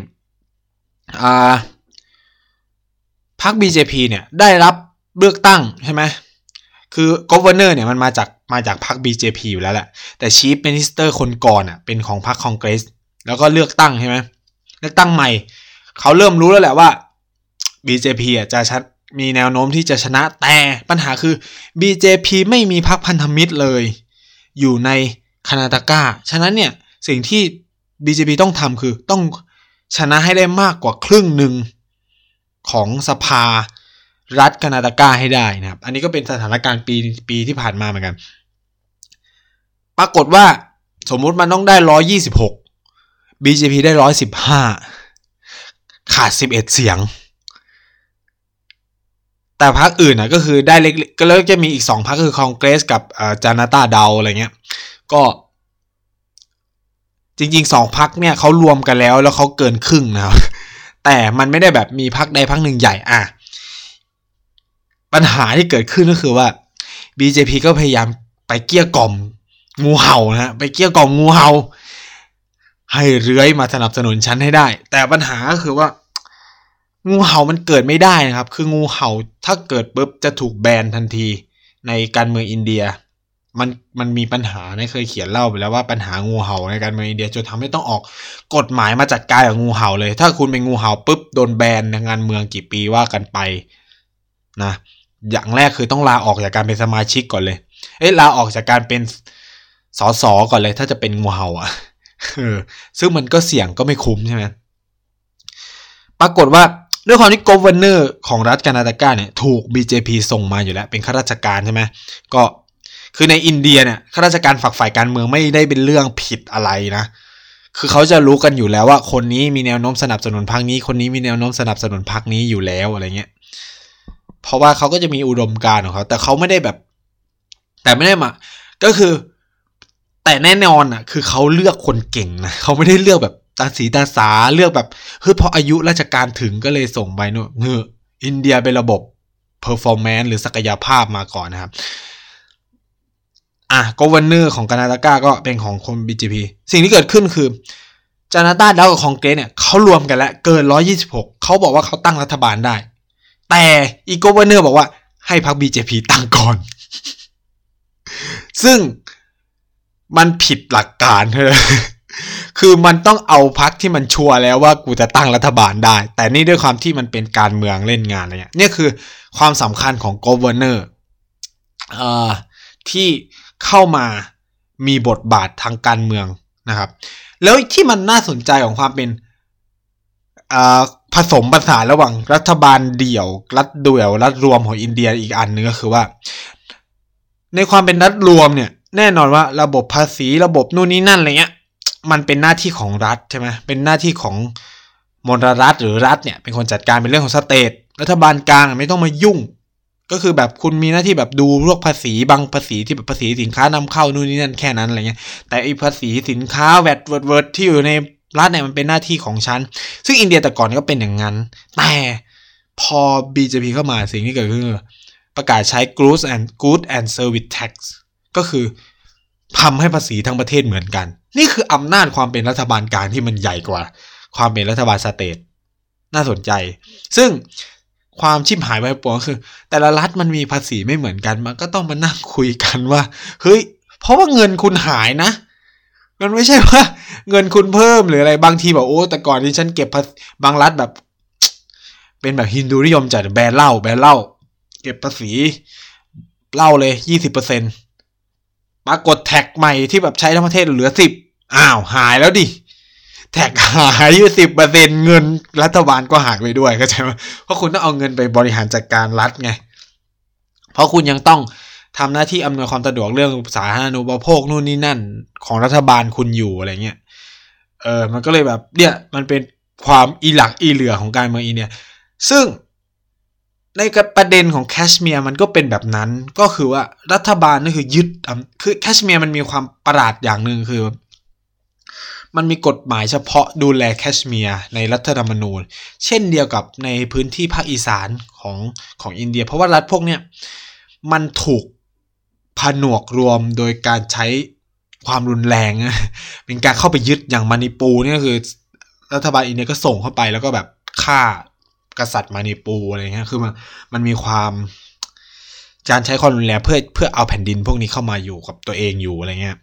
พรรค บี เจ พี เนี่ยได้รับเลือกตั้งใช่ไหมคือ governor เนี่ยมันมาจากมาจากพรรค บี เจ พี อยู่แล้วแหละแต่ chief minister คนก่อนอ่ะเป็นของพรรคคองเกรสแล้วก็เลือกตั้งใช่ไหมเลือกตั้งใหม่เขาเริ่มรู้แล้วแหละว่า บี เจ พี อ่ะจะชัดมีแนวโน้มที่จะชนะแต่ปัญหาคือ บี เจ พี ไม่มีพรรคพันธมิตรเลยอยู่ในคานาตาก้าฉะนั้นเนี่ยสิ่งที่ บี เจ พี ต้องทำคือต้องชนะให้ได้มากกว่าครึ่งหนึ่งของสภารัฐคานาตาก้าให้ได้นะครับอันนี้ก็เป็นสถานการณ์ปีปีที่ผ่านมาเหมือนกันปรากฏว่าสมมุติมันต้องได้หนึ่งร้อยยี่สิบหก บี เจ พี ได้หนึ่งร้อยสิบห้าขาดสิบเอ็ดเสียงแต่พรรคอื่นน่ะก็คือได้เล็กก็แล้วจะมีอีกสองพรรคคือคองเกรสกับเอ่อจานาตาดาวอะไรเงี้ยก็จริงๆสองพรรคเนี่ยเขารวมกันแล้วแล้วเขาเกินครึ่งนะครับแต่มันไม่ได้แบบมีพรรคใดพรรคหนึ่งใหญ่อ่ะปัญหาที่เกิดขึ้นก็คือว่า บี เจ พี ก็พยายามไปเกลี้ยกล่อมงูเห่านะไปเกลี้ยกล่อมงูเห่าให้เลื้อยมาสนับสนุนฉันให้ได้แต่ปัญหาก็คือว่างูเห่ามันเกิดไม่ได้นะครับคืองูเห่าถ้าเกิดปุ๊บจะถูกแบนทันทีในการเมืองอินเดียมันมันมีปัญหาเนี่ยเคยเขียนเล่าไปแล้วว่าปัญหางูเห่าในการเมืองอินเดียจนทำให้ต้องออกกฎหมายมาจัดการกับงูเห่าเลยถ้าคุณเป็นงูเห่าปุ๊บโดนแบนในงานเมืองกี่ปีว่ากันไปนะอย่างแรกคือต้องลาออกจากการเป็นสมาชิกก่อนเลยเอ้ยลาออกจากการเป็นสสก่อนเลยถ้าจะเป็นงูเห่าอ่ะเออซึ่งมันก็เสี่ยงก็ไม่คุ้มใช่ไหมปรากฏว่าด้วยความที่ governor ของรัฐกานาตาก้าเนี่ยถูก บี เจ พี ส่งมาอยู่แล้วเป็นข้าราชการใช่ไหมก็คือในอินเดียเนี่ยข้าราชการฝักฝ่ายการเมืองไม่ได้เป็นเรื่องผิดอะไรนะคือเขาจะรู้กันอยู่แล้วว่าคนนี้มีแนวโน้มสนับสนุนพรรคนี้คนนี้มีแนวโน้มสนับสนุนพรรคนี้อยู่แล้วอะไรเงี้ยเพราะว่าเขาก็จะมีอุดมการณ์ของเขาแต่เขาไม่ได้แบบแต่ไม่ได้มาก็คือแต่แน่นอนอ่ะคือเขาเลือกคนเก่งนะเขาไม่ได้เลือกแบบตาสีตาสาเลือกแบบเฮ้ยพออายุราชการถึงก็เลยส่งไปนู่นเฮ้ยอินเดียเป็นระบบ performance หรือศักยภาพมาก่อนนะครับอ่ะ governor ของกานาตาก้าก็เป็นของคน บี เจ พี สิ่งที่เกิดขึ้นคือจานาตาดาวกับคองเกรสเนี่ยเขารวมกันแล้วเกินหนึ่งร้อยยี่สิบหกเขาบอกว่าเขาตั้งรัฐบาลได้แต่อี governor บอกว่าให้พรรค บี เจ พี ตั้งก่อนซึ่งมันผิดหลักการเธอคือมันต้องเอาพรรคที่มันชัวร์แล้วว่ากูจะตั้งรัฐบาลได้แต่นี่ด้วยความที่มันเป็นการเมืองเล่นงานอะไรเงี้ยนี่คือความสำคัญของ governor เอ่อที่เข้ามามีบทบาททางการเมืองนะครับแล้วที่มันน่าสนใจของความเป็นผสมผสานระหว่างรัฐบาลเดี่ยวรัฐเดี่ยวรัฐรวมของอินเดียอีกอันนึงก็คือว่าในความเป็นรัฐรวมเนี่ยแน่นอนว่าระบบภาษีระบบนู่นนี่นั่นอะไรเงี้ยมันเป็นหน้าที่ของรัฐใช่ไหมเป็นหน้าที่ของมลรัฐหรือรัฐเนี่ยเป็นคนจัดการเป็นเรื่องของสเตทรัฐบาลกลางไม่ต้องมายุ่งก็คือแบบคุณมีหน้าที่แบบดูพวกภาษีบางภาษีที่แบบภาษีสินค้านำเข้านู่นนี่นั่นแค่นั้นอะไรเงี้ยแต่ไอ้ภาษีสินค้าแวดเวิร์ดเวิร์ดที่อยู่ในรัฐเนี่ยมันเป็นหน้าที่ของฉันซึ่งอินเดียแต่ก่อนก็เป็นอย่างนั้นแต่พอ บี เจ พี เข้ามาสิ่งที่เกิดขึ้นประกาศใช้ goods and goods and service tax ก็คือทำให้ภาษีทั้งประเทศเหมือนกันนี่คืออำนาจความเป็นรัฐบาลกลางที่มันใหญ่กว่าความเป็นรัฐบาลสเตทน่าสนใจซึ่งความชิบหายไปปวงคือแต่ละรัฐมันมีภาษีไม่เหมือนกันมันก็ต้องมานั่งคุยกันว่าเฮ้ยเพราะว่าเงินคุณหายนะมันไม่ใช่ว่าเงินคุณเพิ่มหรืออะไรบางทีบอกโอ้แต่ก่อนที่ฉันเก็บบางรัฐแบบเป็นแบบฮินดูนิยมจัดแบนเหล้าแบนเหล้าเก็บภาษีเหล้าเลย ยี่สิบเปอร์เซ็นต์ ปรากฏแท็กใหม่ที่แบบใช้ทั้งประเทศเหลือสิบอ้าวหายแล้วดิแท็กหายอยู่ สิบเปอร์เซ็นต์ เงินรัฐบาลก็หายไปด้วยเข้าใจมั้ยเพราะคุณต้องเอาเงินไปบริหารจัดการรัฐไงเพราะคุณยังต้องทำหน้าที่อำนวยความสะดวกเรื่องสาธารณูปโภคนู่นนี่นั่นของรัฐบาลคุณอยู่อะไรเงี้ยเออมันก็เลยแบบเนี่ยมันเป็นความอีหลักอีเหลือของการเมืองอินเดียซึ่งในประเด็นของแคชเมียร์มันก็เป็นแบบนั้นก็คือว่ารัฐบาลนั่นคือยึดคือแคชเมียร์มันมีความประหลาดอย่างนึงคือมันมีกฎหมายเฉพาะดูแลแคชเมียร์ในรัฐธรรมนูญเช่นเดียวกับในพื้นที่ภาคอีสานของของอินเดียเพราะว่ารัฐพวกเนี้ยมันถูกผนวกรวมโดยการใช้ความรุนแรงเป็นการเข้าไปยึดอย่างมณิปูร์นี่ก็คือรัฐบาลอินเดียก็ส่งเข้าไปแล้วก็แบบฆ่ากษัตริย์มณิปูร์อะไรเงี้ยคือมันมันมีความการใช้ความรุนแรงเพื่อเพื่อเอาแผ่นดินพวกนี้เข้ามาอยู่กับตัวเองอยู่อะไรเงี้ย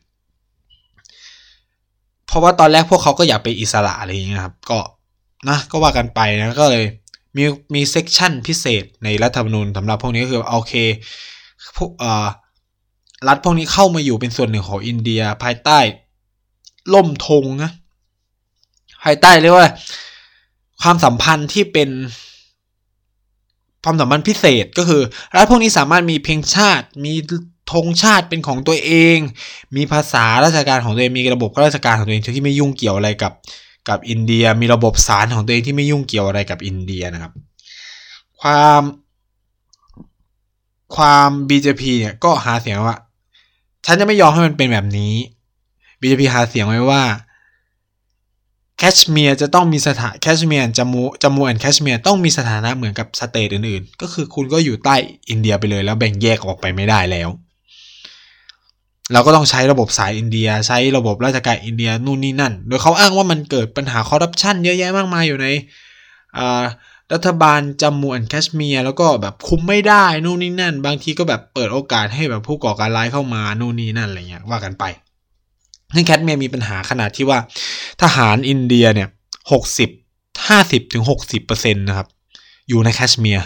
เพราะว่าตอนแรกพวกเขาก็อยากเป็นอิสระอะไรอย่างเงี้ยครับก็นะก็ว่ากันไปนะก็เลยมีมีเซกชันพิเศษในรัฐธรรมนูญสำหรับพวกนี้ก็คือโอเคพวกเอ่อรัฐพวกนี้เข้ามาอยู่เป็นส่วนหนึ่งของอินเดียภายใต้ล่มธงนะภายใต้เรียกว่าความสัมพันธ์ที่เป็นความสัมพันธ์พิเศษก็คือรัฐพวกนี้สามารถมีเพลงชาติมีธงชาติเป็นของตัวเองมีภาษาราชการของตัวเองมีระบบราชการของตัวเองที่ไม่ยุ่งเกี่ยวอะไรกับกับอินเดียมีระบบศาลของตัวเองที่ไม่ยุ่งเกี่ยวอะไรกับอินเดียนะครับความความ บี เจ พี เนี่ยก็หาเสียงว่าฉันจะไม่ยอมให้มันเป็นแบบนี้ บี เจ พี หาเสียงไว้ว่าแคชเมียร์จะต้องมีสถานแคชเมียร์จมูจมูแอนด์แคชเมียร์ต้องมีสถานะเหมือนกับสเตทอื่นๆก็คือคุณก็อยู่ใต้อินเดียไปเลยแล้วแบ่งแยกออกไปไม่ได้แล้วเราก็ต้องใช้ระบบสายอินเดียใช้ระบบราชการอินเดียนู่นนี่นั่นโดยเขาอ้างว่ามันเกิดปัญหาคอร์รัปชันเยอะแยะมากมายอยู่ในรัฐบาลจัมมูแอนด์แคชเมียร์แล้วก็แบบคุมไม่ได้นู่นนี่นั่นบางทีก็แบบเปิดโอกาสให้แบบผู้ก่อการร้ายเข้ามานู่นนี่นั่นอะไรเงี้ยว่ากันไปซึ่งแคชเมียร์มีปัญหาขนาดที่ว่าทหารอินเดียเนี่ยหกสิบ ห้าสิบถึงหกสิบเปอร์เซ็นต์ นะครับอยู่ในแคชเมียร์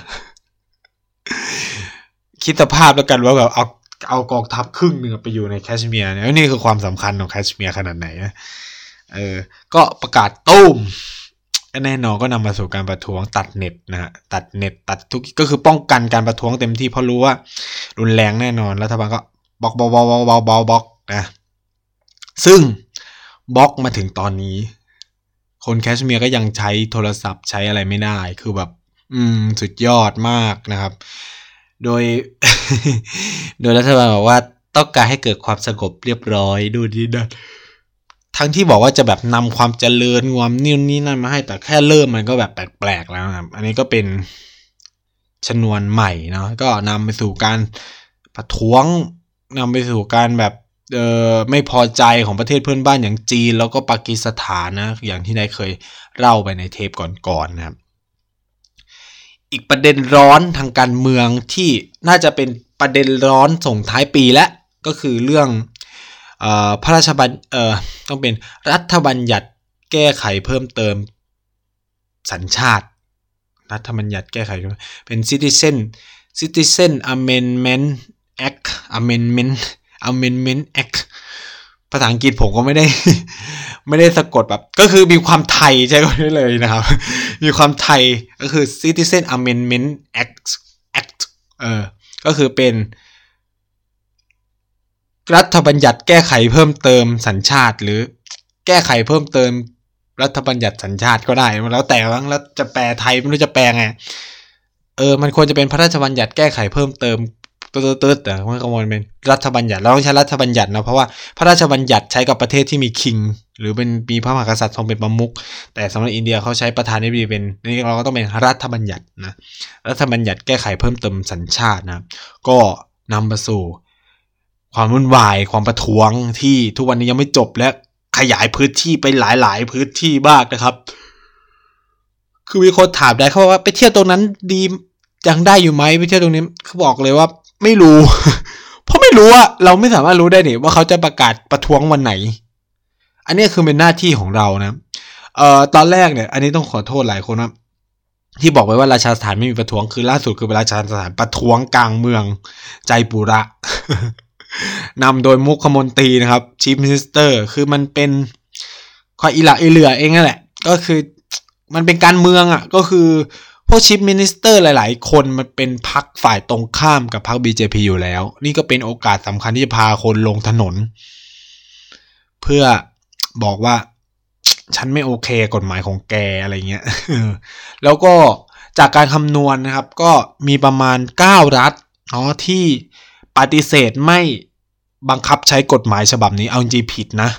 คิดสภาพแล้วกันว่าแบบเอาเอากองทัพครึ่งนึงไปอยู่ในแคชเมียร์เนี่ยนี่คือความสำคัญของแคชเมียร์ขนาดไหนนะเออก็ประกาศตุ้มแน่นอนก็นำมาสู่การประท้วงตัดเน็ตนะฮะตัดเน็ตตัดทุกก็คือป้องกันการประท้วงเต็มที่เพราะรู้ว่ารุนแรงแน่นอนรัฐบาลก็บล็อกบล็อกบล็อกบล็อกบล็อกบล็อกบล็อกนะซึ่งบล็อกมาถึงตอนนี้คนแคชเมียร์ก็ยังใช้โทรศัพท์ใช้อะไรไม่ได้คือแบบอืมสุดยอดมากนะครับโดย โดยรัฐบาลบอกว่าต้องการให้เกิดความสงบเรียบร้อยดูดีนะทั้งที่บอกว่าจะแบบนำความเจริญงวมนิ่นี่นั่นมาให้แต่แค่เริ่มมันก็แบบแปลกๆแล้วนะครับอันนี้ก็เป็นชนวนใหม่เนาะก็นำไปสู่การประท้วงนำไปสู่การแบบเอ่อไม่พอใจของประเทศเพื่อนบ้านอย่างจีนแล้วก็ปากีสถานนะอย่างที่ได้เคยเล่าไปในเทปก่อนๆนะครับอีกประเด็นร้อนทางการเมืองที่น่าจะเป็นประเด็นร้อนส่งท้ายปีและก็คือเรื่องเอ่อพระราชบัญเอ่อต้องเป็นรัฐบัญญัติแก้ไขเพิ่มเติมสัญชาติรัฐบัญญัติแก้ไขเป็น Citizen Citizen Amendment Act Amendment Amendment Act ภาษาอังกฤษผมก็ไม่ได้ไม่ได้สะกดแบบก็คือมีความไทยใช่ก็ได้เลยนะครับมีความไทยก็คือ Citizen Amendment Act Act เออก็คือเป็นรัฐบัญญัติแก้ไขเพิ่มเติมสัญชาติหรือแก้ไขเพิ่มเติมรัฐบัญญัติสัญชาติก็ได้แล้วแต่ว่าแล้วจะแปลไทยไม่รู้จะแปลไงเออมันควรจะเป็นพระราชบัญญัติแก้ไขเพิ่มเติมตืดๆแต่มันก็ควรเป็นรัฐบัญญัติเราต้องใช้รัฐบัญญัตินะเพราะว่าพระราชบัญญัติใช้กับประเทศที่มีคิงหรือเป็นมีพระมหากษัตริย์ทรงเป็นประมุขแต่สำหรับอินเดียเขาใช้ประธานาธิบดีเป็นนี่เราก็ต้องเป็นรัฐบัญญัตินะรัฐบัญญัติแก้ไขเพิ่มเติมสัญชาตินะก็นำมาสู่ความวุ่นวายความประท้วงที่ทุกวันนี้ยังไม่จบและขยายพื้นที่ไปหลายๆพื้นที่มากนะครับคือมีคนถามได้เขาว่าไปเที่ยวตรงนั้นดียังได้อยู่ไหมไปเที่ยวตรงนี้เขาบอกเลยว่าไม่รู้ เพราะไม่รู้ว่าเราไม่สามารถรู้ได้เนี่ยว่าเขาจะประกาศประท้วงวันไหนอันนี้คือเป็นหน้าที่ของเรานะเอ่อตอนแรกเนี่ยอันนี้ต้องขอโทษหลายคนนะที่บอกไว้ว่าราชาสถานไม่มีประท้วงคือล่าสุดคือราชาสถานประท้วงกลางเมืองใจปุระ นำโดยมุขมนตรีนะครับชีฟมินิสเตอร์คือมันเป็นคอยอิหละอิเหลือเองนั่นแหละก็คือมันเป็นการเมืองอ่ะก็คือพวกชีฟมินิสเตอร์หลายๆคนมันเป็นพรรคฝ่ายตรงข้ามกับพรรค บี เจ พี อยู่แล้วนี่ก็เป็นโอกาสสำคัญที่จะพาคนลงถนนเพื่อบอกว่าฉันไม่โอเคกฎหมายของแกอะไรเงี้ยแล้วก็จากการคำนวณ นะครับก็มีประมาณเก้ารัฐเนาะที่ปฏิเสธไม่บังคับใช้กฎหมายฉบับนี้เอาจริงผิดนะ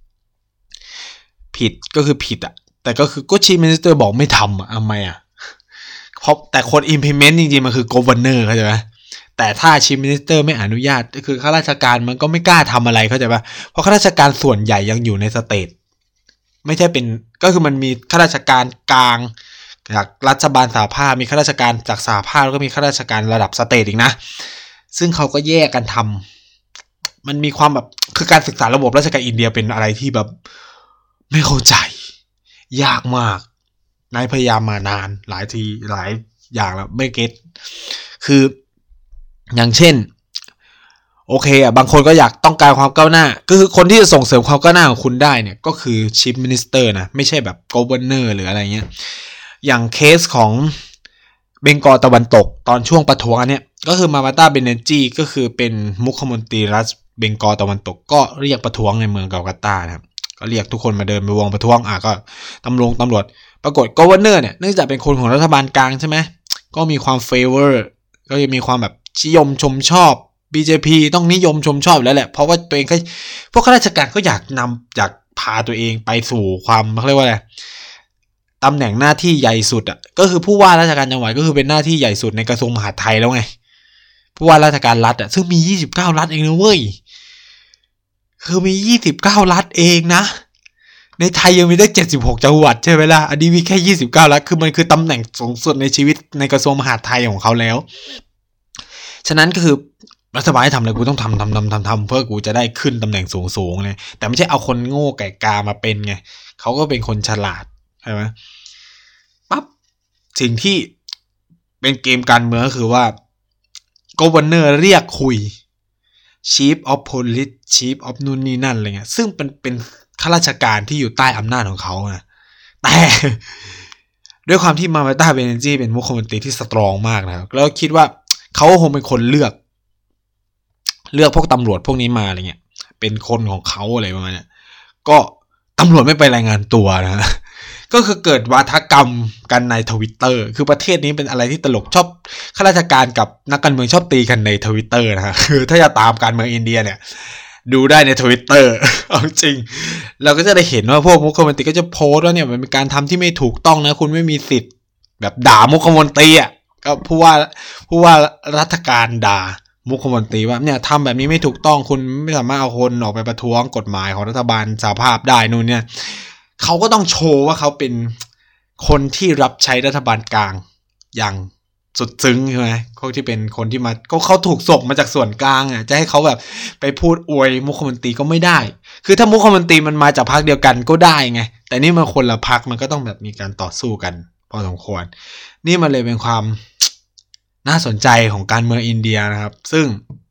ผิดก็คือผิดอ่ะแต่ก็คือก็ชีฟมินิสเตอร์บอกไม่ทำอ่ะทำไมอ่ะเพราะแต่คน implement จริงๆมันคือ governor เข้าใจไหมแต่ถ้าชีฟมินิสเตอร์ไม่อนุญาตก็คือข้าราชการมันก็ไม่กล้าทำอะไรเข้าใจป่ะเพราะข้าราชการส่วนใหญ่ยังอยู่ในสเตทไม่ใช่เป็นก็คือมันมีข้าราชการกลางจากรัฐบาลสหภาพมีข้าราชการจากสหภาพแล้วก็มีข้าราชการระดับสเตทอีกนะซึ่งเขาก็แยกกันทำมันมีความแบบคือการศึกษาระบบราชการอินเดียเป็นอะไรที่แบบไม่เข้าใจยากมากนายพยายามมานานหลายทีหลายอย่างแล้วไม่เก็ตคืออย่างเช่นโอเคอ่ะบางคนก็อยากต้องการความก้าวหน้าก็คือคนที่จะส่งเสริมความก้าวหน้าของคุณได้เนี่ยก็คือ Chief Minister นะไม่ใช่แบบ Governor หรืออะไรเงี้ยอย่างเคสของเบงกอลตะวันตกตอนช่วงประท้วงอันเนี้ยก็คือมามาตาเบเนจีก็คือเป็นมุขมนตรีรัฐเบงกอลตะวันตกก็เรียกประท้วงในเมืองกัลกัตตานะครับก็เรียกทุกคนมาเดินไปวงประท้วงอ่ะก็ตำรวจตำรวจปรากฏ Governor เนี่ยเนื่องจากเป็นคนของรัฐบาลกลางใช่ไหมก็มีความ favor ก็จะมีความแบบนิยมชมชอบ บี เจ พี ต้องนิยมชมชอบแล้วแหละเพราะว่าตัวเองก็พวกข้าราชการก็อยากนำอยากพาตัวเองไปสู่ความเขาเรียกว่าอะไรตำแหน่งหน้าที่ใหญ่สุดอ่ะก็คือผู้ว่าราชการจังหวัดก็คือเป็นหน้าที่ใหญ่สุดในกระทรวงมหาดไทยแล้วไงผู้ว่าราชการรัฐอ่ะซึ่งมียี่สิบเก้ารัฐเองนะเว้ยคือมียี่สิบเก้ารัฐเองนะในไทยยังมีได้เจ็ดสิบหกจังหวัดใช่ไหมล่ะอันนี้มีแค่ยี่สิบเก้ารัฐคือมันคือตำแหน่งสูงสุดในชีวิตในกระทรวงมหาดไทยของเขาแล้วฉะนั้นก็คือรัฐบาลให้ทำอะไรกูต้องทำทำทำทำทำเพื่อกูจะได้ขึ้นตำแหน่งสูงสูงเลยแต่ไม่ใช่เอาคนโง่ไก่กามาเป็นไงเขาก็เป็นคนฉลาดใช่ไหมปั๊บสิ่งที่เป็นเกมการเมืองก็คือว่า Governor เรียกคุย Chief of Police Chief of นู่นนี่นั่นอะไรเงี้ยซึ่งเป็นเป็นข้าราชการที่อยู่ใต้อำนาจของเขานะแต่ด้วยความที่มามาตาเบเนจีเป็นมุขมนตรีที่สตรองมากนะครับแล้วคิดว่าเขาคงเป็นคนเลือกเลือกพวกตำรวจพวกนี้มาอะไรเงี้ยเป็นคนของเขาอะไรประมาณนี้ก็ตำรวจไม่ไปรายงานตัวนะก็คือเกิดวาทกรรมกันใน Twitter คือประเทศนี้เป็นอะไรที่ตลกชอบข้าราชการกับนักการเมืองชอบตีกันใน Twitter นะฮะคือถ้าจะตามการเมืองอินเดียเนี่ยดูได้ใน Twitter เอาจริงเราก็จะได้เห็นว่าพวกมุขมนตรีก็จะโพสต์ว่าเนี่ยมันเป็นการทำที่ไม่ถูกต้องนะคุณไม่มีสิทธิ์แบบด่ามุขมนตรีอ่ะก็ผู้ว่าผู้ว่าราชการด่ามุขมนตรีว่าเนี่ยทำแบบนี้ไม่ถูกต้องคุณไม่สามารถเอาคนออกไปประท้วงกฎหมายของรัฐบาลสหภาพได้นู่นเนี่ยเขาก็ต้องโชว์ว่าเขาเป็นคนที่รับใช้รัฐบาลกลางอย่างสุดซึ้งใช่ไหมเขาที่เป็นคนที่มาก็เขาถูกส่งมาจากส่วนกลางอ่ะจะให้เขาแบบไปพูดอวยมุขมนตรีก็ไม่ได้คือถ้ามุขมนตรีมันมาจากพรรคเดียวกันก็ได้ไงแต่นี่มันคนละพรรคมันก็ต้องแบบมีการต่อสู้กันพอสมควรนี่มันเลยเป็นความน่าสนใจของการเมืองอินเดียนะครับซึ่ง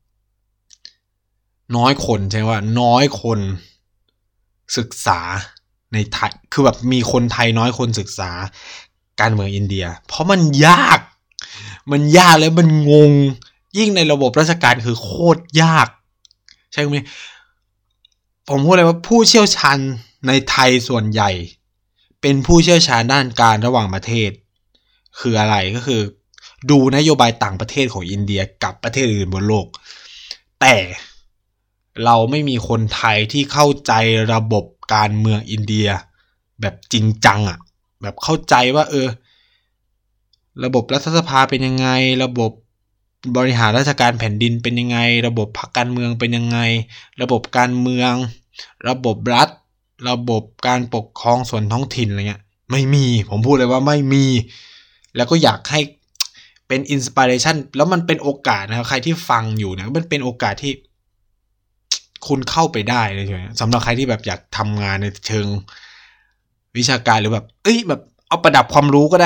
น้อยคนใช่ว่าน้อยคนศึกษาในไทยคือแบบมีคนไทยน้อยคนศึกษาการเมืองอินเดียเพราะมันยากมันยากแล้วมันงงยิ่งในระบบราชการคือโคตรยากใช่ไหมผมพูดเลยว่าผู้เชี่ยวชาญในไทยส่วนใหญ่เป็นผู้เชี่ยวชาญด้านการระหว่างประเทศคืออะไรก็คือดูนโยบายต่างประเทศของอินเดียกับประเทศอื่นบนโลกแต่เราไม่มีคนไทยที่เข้าใจระบบการเมืองอินเดียแบบจริงจังอ่ะแบบเข้าใจว่าเออระบบรัฐสภาเป็นยังไงระบบบริหารราชการแผ่นดินเป็นยังไงระบบพรรคการเมืองเป็นยังไงระบบการเมืองระบบรัฐระบบการปกครองส่วนท้องถิ่นอะไรเงี้ยไม่มีผมพูดเลยว่าไม่มีแล้วก็อยากให้เป็นอินสปิเรชันแล้วมันเป็นโอกาสนะครับใครที่ฟังอยู่เนี่ยมันเป็นโอกาสที่คุณเข้าไปได้เลยใช่ไหมสำหรับใครที่แบบอยากทำงานในเชิงวิชาการหรือแบบเอ้ยแบบเอาประดับความรู้ก็ได้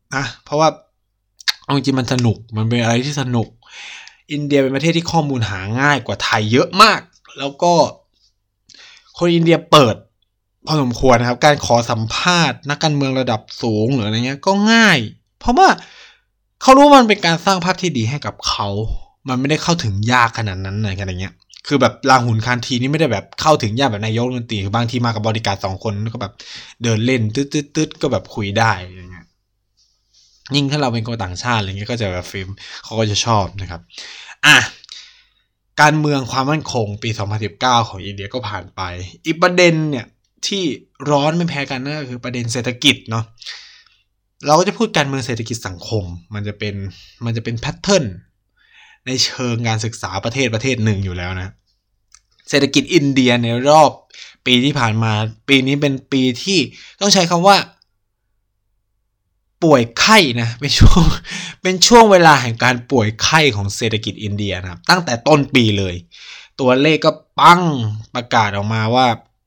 นะเพราะว่าเอาจริงมันสนุกมันเป็นอะไรที่สนุกอินเดียเป็นประเทศที่ข้อมูลหาง่ายกว่าไทยเยอะมากแล้วก็คนอินเดียเปิดพอสมควรนะครับการขอสัมภาษณ์นักการเมืองระดับสูงหรืออะไรเงี้ยก็ง่ายเพราะว่าเขารู้ว่ามันเป็นการสร้างภาพที่ดีให้กับเขามันไม่ได้เข้าถึงยากขนาดนั้นอะไรเงี้ยคือแบบราหุลคานทีนี่ไม่ได้แบบเข้าถึงยากแบบนายกรัฐมนตรีคือบางทีมากับบริการสองคนก็แบบเดินเล่นตึ๊ดๆๆก็แบบคุยได้อะไรเงี้ยยิ่งถ้าเราเป็นคนต่างชาติอะไรเงี้ยก็จะแบบฟิล์มเขาก็จะชอบนะครับอ่ะการเมืองความมั่นคงปีสองพันสิบเก้าของอินเดียก็ผ่านไปอีกประเด็นเนี่ยที่ร้อนไม่แพ้กันนั่นก็คือประเด็นเศรษฐกิจเนาะเราก็จะพูดการเมืองเศรษฐกิจสังคมมันจะเป็นมันจะเป็นแพทเทิร์นในเชิงการศึกษาประเทศประเทศหนึ่งอยู่แล้วนะเศรษฐกิจอินเดียในรอบปีที่ผ่านมาปีนี้เป็นปีที่ต้องใช้คำว่าป่วยไข้นะเป็นช่วงเป็นช่วงเวลาแห่งการป่วยไข้ของเศรษฐกิจอินเดียนะครับตั้งแต่ต้นปีเลยตัวเลขก็ปังประกาศออกมาว่า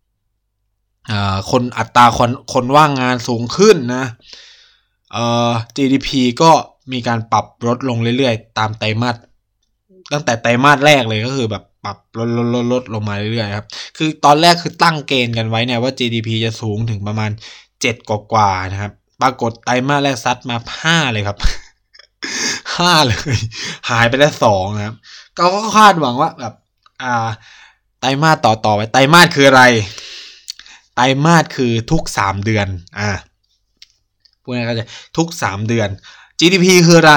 คนอัตราคนคนว่างงานสูงขึ้นนะเอ่อ จี ดี พี ก็มีการปรับลดลงเรื่อยๆตามไตรมาสตั้งแต่ไตรมาสแรกเลยก็คือแบบปรับลดลดลดลดลงมาเรื่อยๆครับคือตอนแรกคือตั้งเกณฑ์กันไว้เนี่ยว่า จี ดี พี จะสูงถึงประมาณเจ็ดกว่าๆนะครับปรากฏไตรมาสแรกซัดมาห้าเลยครับห้าเลยหายไปแล้วสองนะครับก็คาดหวังว่าแบบอ่าไตรมาสต่อๆไปไตรมาสคืออะไรไตรมาสคือทุกสามเดือนอ่าพูดง่ายๆก็จะทุกสามเดือน จี ดี พี คืออะไร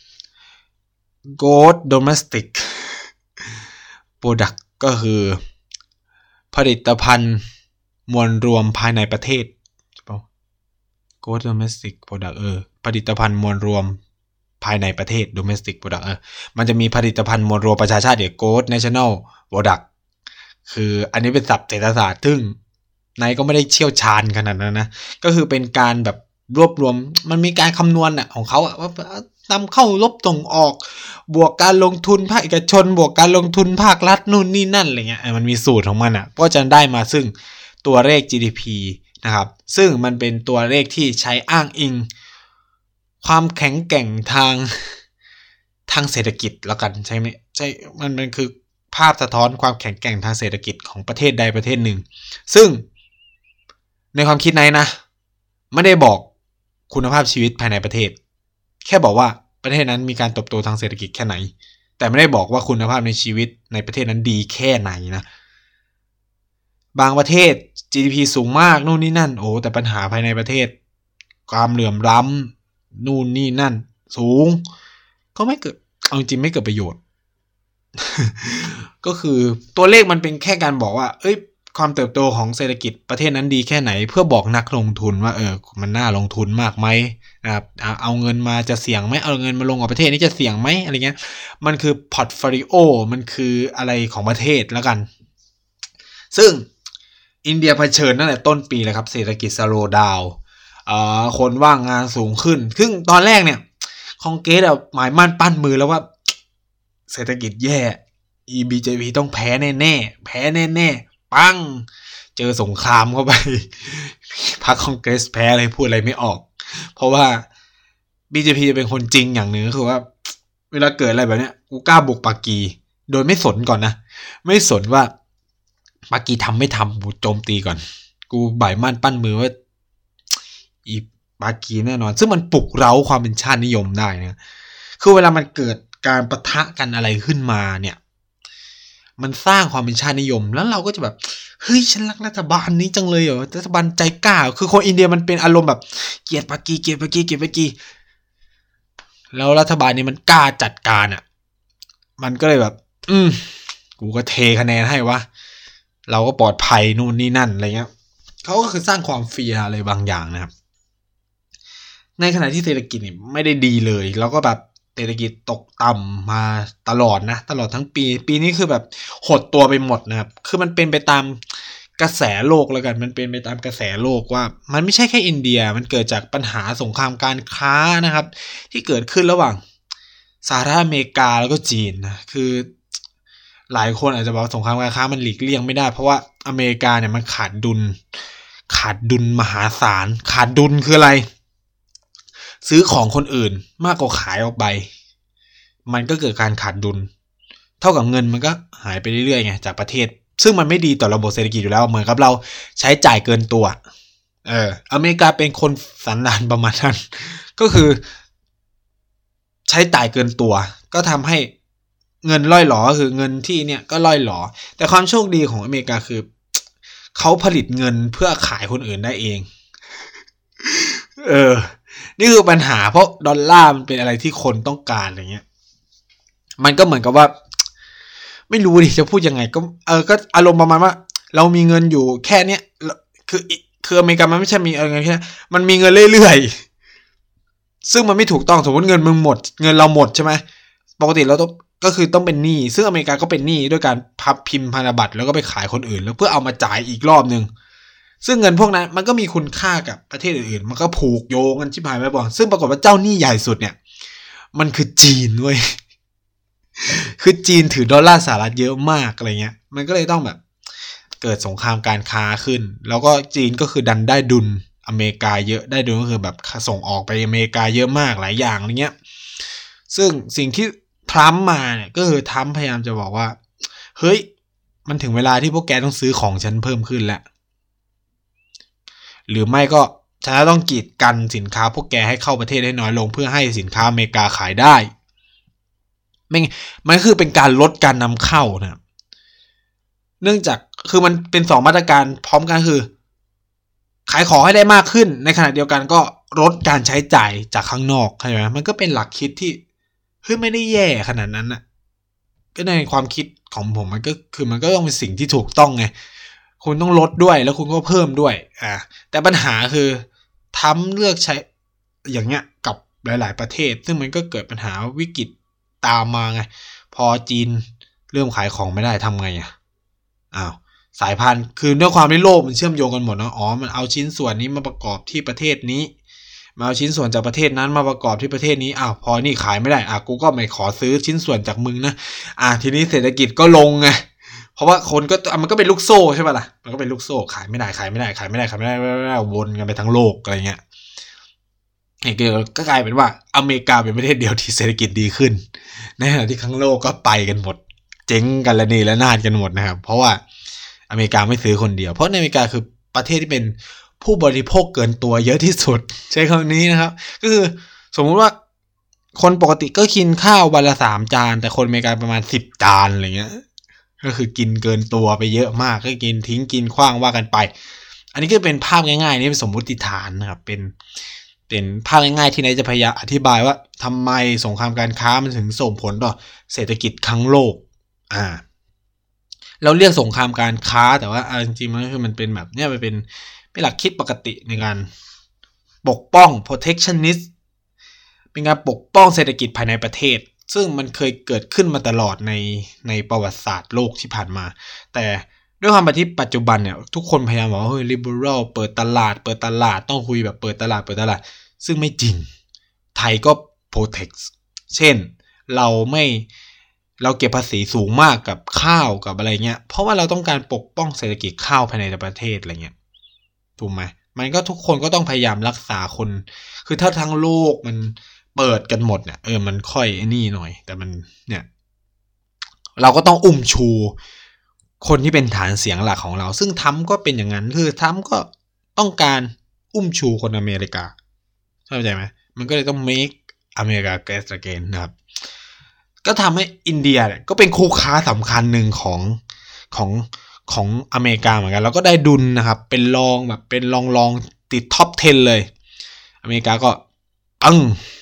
Gross Domestic Product ก็คือผลิตภัณฑ์มวลรวมภายในประเทศ Gross Domestic Product เออผลิตภัณฑ์มวลรวมภายในประเทศ Domestic Product เออมันจะมีผลิตภัณฑ์มวลรวมประชาชาติเดี๋ยว Gross National Product คืออันนี้เป็นศัพท์เศรษฐศาสตร์ซึ่งนายก็ไม่ได้เชี่ยวชาญขนาดนั้นนะก็คือเป็นการแบบรวบรวมมันมีการคำนวณอ่ะของเขาอ่ะว่านำเข้าลบส่งออกบวกการลงทุนภาคเอกชนบวกการลงทุนภาครัฐนู่นนี่นั่นอะไรเงี้ยมันมีสูตรของมันอ่ะก็จะได้มาซึ่งตัวเลข จี ดี พี นะครับซึ่งมันเป็นตัวเลขที่ใช้อ้างอิงความแข็งแกร่งทางทางเศรษฐกิจแล้วกันใช่ไหมใช่มันมันคือภาพสะท้อนความแข็งแกร่งทางเศรษฐกิจของประเทศใดประเทศหนึ่งซึ่งในความคิดนายนะไม่ได้บอกคุณภาพชีวิตภายในประเทศแค่บอกว่าประเทศนั้นมีการเติบโตทางเศรษฐกิจแค่ไหนแต่ไม่ได้บอกว่าคุณภาพในชีวิตในประเทศนั้นดีแค่ไหนนะบางประเทศ จี ดี พี สูงมากนู่นนี่นั่นโอ้แต่ปัญหาภายในประเทศความเหลื่อมล้ำนู่นนี่นั่นสูงก็ไม่เกิดเอาจริงไม่เกิดประโยชน์ ก็คือตัวเลขมันเป็นแค่การบอกว่าเอ้ยความเติบโตของเศรษฐกิจประเทศนั้นดีแค่ไหนเพื่อบอกนักลงทุนว่าเออมันน่าลงทุนมากไหมนะครับเอาเงินมาจะเสี่ยงไหมเอาเงินมาลงกับประเทศนี้จะเสี่ยงไหมอะไรเงี้ยมันคือพอร์ตโฟลิโอมันคืออะไรของประเทศแล้วกันซึ่งอินเดียเผชิญตั้งแต่ต้นปีเลยครับเศรษฐกิจสโลว์ดาวน์อ่าคนว่างงานสูงขึ้นซึ่งตอนแรกเนี่ยคองเกรสอ่ะหมายมั่นปั้นมือแล้วว่าเศรษฐกิจแย่ อี บี เจ พี ต้องแพ้แน่ๆแพ้แน่ๆปังเจอสงครามเข้าไปพรรคคองเกรสแพ้อะไรพูดอะไรไม่ออกเพราะว่า บี เจ พี จะเป็นคนจริงอย่างนึงคือว่าเวลาเกิดอะไรแบบเนี้ยกูกล้าบุกปากีโดยไม่สนก่อนนะไม่สนว่าปากีทำไม่ทำกูโจมตีก่อนกูบ่ายมั่นปั้นมือว่าอีปากีแน่นอนซึ่งมันปลุกเร้าความเป็นชาตินิยมได้นะคือเวลามันเกิดการปะทะกันอะไรขึ้นมาเนี่ยมันสร้างความเป็นชาตินิยมแล้วเราก็จะแบบเฮ้ยฉันรักรัฐบาลนี้จังเลยเหรอรัฐบาลใจกล้าคือคนอินเดียมันเป็นอารมณ์แบบเกลียดปากีเกลียดปากีเกลียดปากีแล้วรัฐบาลนี้มันกล้าจัดการอ่ะมันก็เลยแบบอืมกูก็เทคะแนนให้วะเราก็ปลอดภัยนู่นนี่นั่นอะไรเงี้ยเขาก็คือสร้างความเฟียร์อะไรบางอย่างนะครับในขณะที่เศรษฐกิจนี่ไม่ได้ดีเลยแล้วก็แบบเศรษฐกิจตกต่ำมาตลอดนะตลอดทั้งปีปีนี้คือแบบหดตัวไปหมดนะครับคือมันเป็นไปตามกระแสโลกแล้วกันมันเป็นไปตามกระแสโลกว่ามันไม่ใช่แค่อินเดียมันเกิดจากปัญหาสงครามการค้านะครับที่เกิดขึ้นระหว่างสหรัฐอเมริกาแล้วก็จีนนะคือหลายคนอาจจะบอกสงครามการค้ามันหลีกเลี่ยงไม่ได้เพราะว่าอเมริกาเนี่ยมันขาดดุลขาดดุลมหาศาลขาดดุลคืออะไรซื้อของคนอื่นมากกว่าขายออกไปมันก็เกิดการขาดดุลเท่ากับเงินมันก็หายไปเรื่อยๆไงจากประเทศซึ่งมันไม่ดีต่อระบบเศรษฐกิจอยู่แล้วเหมือนกับเราใช้จ่ายเกินตัวเอออเมริกาเป็นคนสันดานประมาณนั้นก็คือใช้จ่ายเกินตัวก็ทำให้เงินล่อยหลอก็คือเงินที่เนี่ยก็ล่อยหลอแต่ความโชคดีของอเมริกาคือเขาผลิตเงินเพื่อขายคนอื่นได้เองเออนี่คือปัญหาเพราะดอลลาร์มันเป็นอะไรที่คนต้องการอะไรเงี้ยมันก็เหมือนกับว่าไม่รู้ดิจะพูดยังไงก็เออก็อารมณ์ประมาณว่าเรามีเงินอยู่แค่เนี้ยคือคืออเมริกามันไม่ใช่มีเงินแค่มันมีเงินเรื่อยๆซึ่งมันไม่ถูกต้องสมมติเงินมึงหมดเงินเราหมดใช่ไหมปกติเราต้องก็คือต้องเป็นหนี้ซึ่งอเมริกาก็เป็นหนี้ด้วยการพับพิมพ์พันธบัตรแล้วก็ไปขายคนอื่นแล้วเพื่อเอามาจ่ายอีกรอบนึงซึ่งเงินพวกนั้นมันก็มีคุณค่ากับประเทศอื่นๆมันก็ผูกโยงกันชิบหายไปบอกซึ่งปรากฏว่าเจ้าหนี้ใหญ่สุดเนี่ยมันคือจีนเว้ยคือจีนถือดอลลาร์สหรัฐเยอะมากอะไรเงี้ยมันก็เลยต้องแบบเกิดสงครามการค้าขึ้นแล้วก็จีนก็คือดันได้ดุลอเมริกาเยอะได้ดุลก็คือแบบส่งออกไปอเมริกาเยอะมากหลายอย่างอะไรเงี้ยซึ่งสิ่งที่ทรัมป์มาเนี่ยก็คือทรัมป์พยายามจะบอกว่าเฮ้ยมันถึงเวลาที่พวกแกต้องซื้อของฉันเพิ่มขึ้นแล้วหรือไม่ก็ฉันต้องกีดกันสินค้าพวกแกให้เข้าประเทศให้น้อยลงเพื่อให้สินค้าอเมริกาขายได้ไม่มันคือเป็นการลดการนำเข้านะเนื่องจากคือมันเป็นสองมาตรการพร้อมกันคือขายของให้ได้มากขึ้นในขณะเดียวกันก็ลดการใช้จ่ายจากข้างนอกใช่ไหมมันก็เป็นหลักคิดที่เฮ้ยไม่ได้แย่ขนาดนั้นน่ะก็ในความคิดของผมมันก็คือมันก็ต้องเป็นสิ่งที่ถูกต้องไงคุณต้องลดด้วยแล้วคุณก็เพิ่มด้วยอ่าแต่ปัญหาคือทำเลือกใช้อย่างเงี้ยกับหลายๆประเทศซึ่งมันก็เกิดปัญหาวิกฤตตามมาไงพอจีนเริ่มขายของไม่ได้ทำไงอ่ะอ้าวสายพันธุ์คือด้วยความที่โลกมันเชื่อมโยงกันหมดเนาะอ๋อมันเอาชิ้นส่วนนี้มาประกอบที่ประเทศนี้มาเอาชิ้นส่วนจากประเทศนั้นมาประกอบที่ประเทศนี้อ้าวพอนี่ขายไม่ได้อ่ะกูก็ไม่ขอซื้อชิ้นส่วนจากมึงนะอ่ะทีนี้เศรษฐกิจก็ลงไงเพราะว่าคนก็มันก็เป็นลูกโซ่ใช่ป่ะล่ะมันก็เป็นลูกโซ่ขายไม่ได้ขายไม่ได้ขายไม่ได้ขายไม่ได้วนกันไปทั้งโลกอะไรเงี้ยก็กลายเป็นว่าอเมริกาเป็นประเทศเดียวที่เศรษฐกิจดีขึ้นในขณะที่ทั้งโลกก็ไปกันหมดเจ๊งกันละนี่ละนาดกันหมดนะครับเพราะว่าอเมริกาไม่ซื้อคนเดียวเพราะในอเมริกาคือประเทศที่เป็นผู้บริโภคเกินตัวเยอะที่สุดใช้คำนี้นะครับก็คือสมมุติว่าคนปกติก็กินข้าววันละสามจานแต่คนอเมริกาประมาณสิบจานอะไรเงี้ยก็คือกินเกินตัวไปเยอะมากก็กินทิ้งกินขว้างว่ากันไปอันนี้ก็เป็นภาพง่ายๆนี่เป็นสมมุติฐานนะครับเป็นเป็นภาพง่ายๆที่นายจะพยายามอธิบายว่าทำไมสงครามการค้ามันถึงส่งผลต่อเศรษฐกิจทั้งโลกอ่าเราเรียกสงครามการค้าแต่ว่าจริงๆมันคือมันเป็นแบบเนี้ยมันเป็นเป็นหลักคิดปกติในการปกป้อง protectionist เป็นการปกป้องเศรษฐกิจภายในประเทศซึ่งมันเคยเกิดขึ้นมาตลอดในในประวัติศาสตร์โลกที่ผ่านมาแต่ด้วยความที่ปัจจุบันเนี่ยทุกคนพยายามบอกว่าเฮ้ย liberal เปิดตลาดเปิดตลาดต้องคุยแบบเปิดตลาดเปิดตลาดซึ่งไม่จริงไทยก็ protect เช่นเราไม่เราเก็บภาษีสูงมากกับข้าวกับอะไรเงี้ยเพราะว่าเราต้องการปกป้องเศรษฐกิจข้าวภายในประเทศอะไรเงี้ยถูกไหมมันก็ทุกคนก็ต้องพยายามรักษาคนคือถ้าทั้งโลกมันเปิดกันหมดเนี่ยเออมันค่อยนี่หน่อยแต่มันเนี่ยเราก็ต้องอุ้มชูคนที่เป็นฐานเสียงหลักของเราซึ่งทำก็เป็นอย่างนั้นคือทำก็ต้องการอุ้มชูคนอเมริกาเข้าใจไหมมันก็เลยต้อง make America great again นะครับก็ทำให้อินเดียเนี่ยก็เป็นคู่ค้าสำคัญหนึ่งของของของอเมริกาเหมือนกันแล้วก็ได้ดุลนะครับเป็นรองแบบเป็นรองรองติดท็อปสิบเลยอเมริกาก็ปัง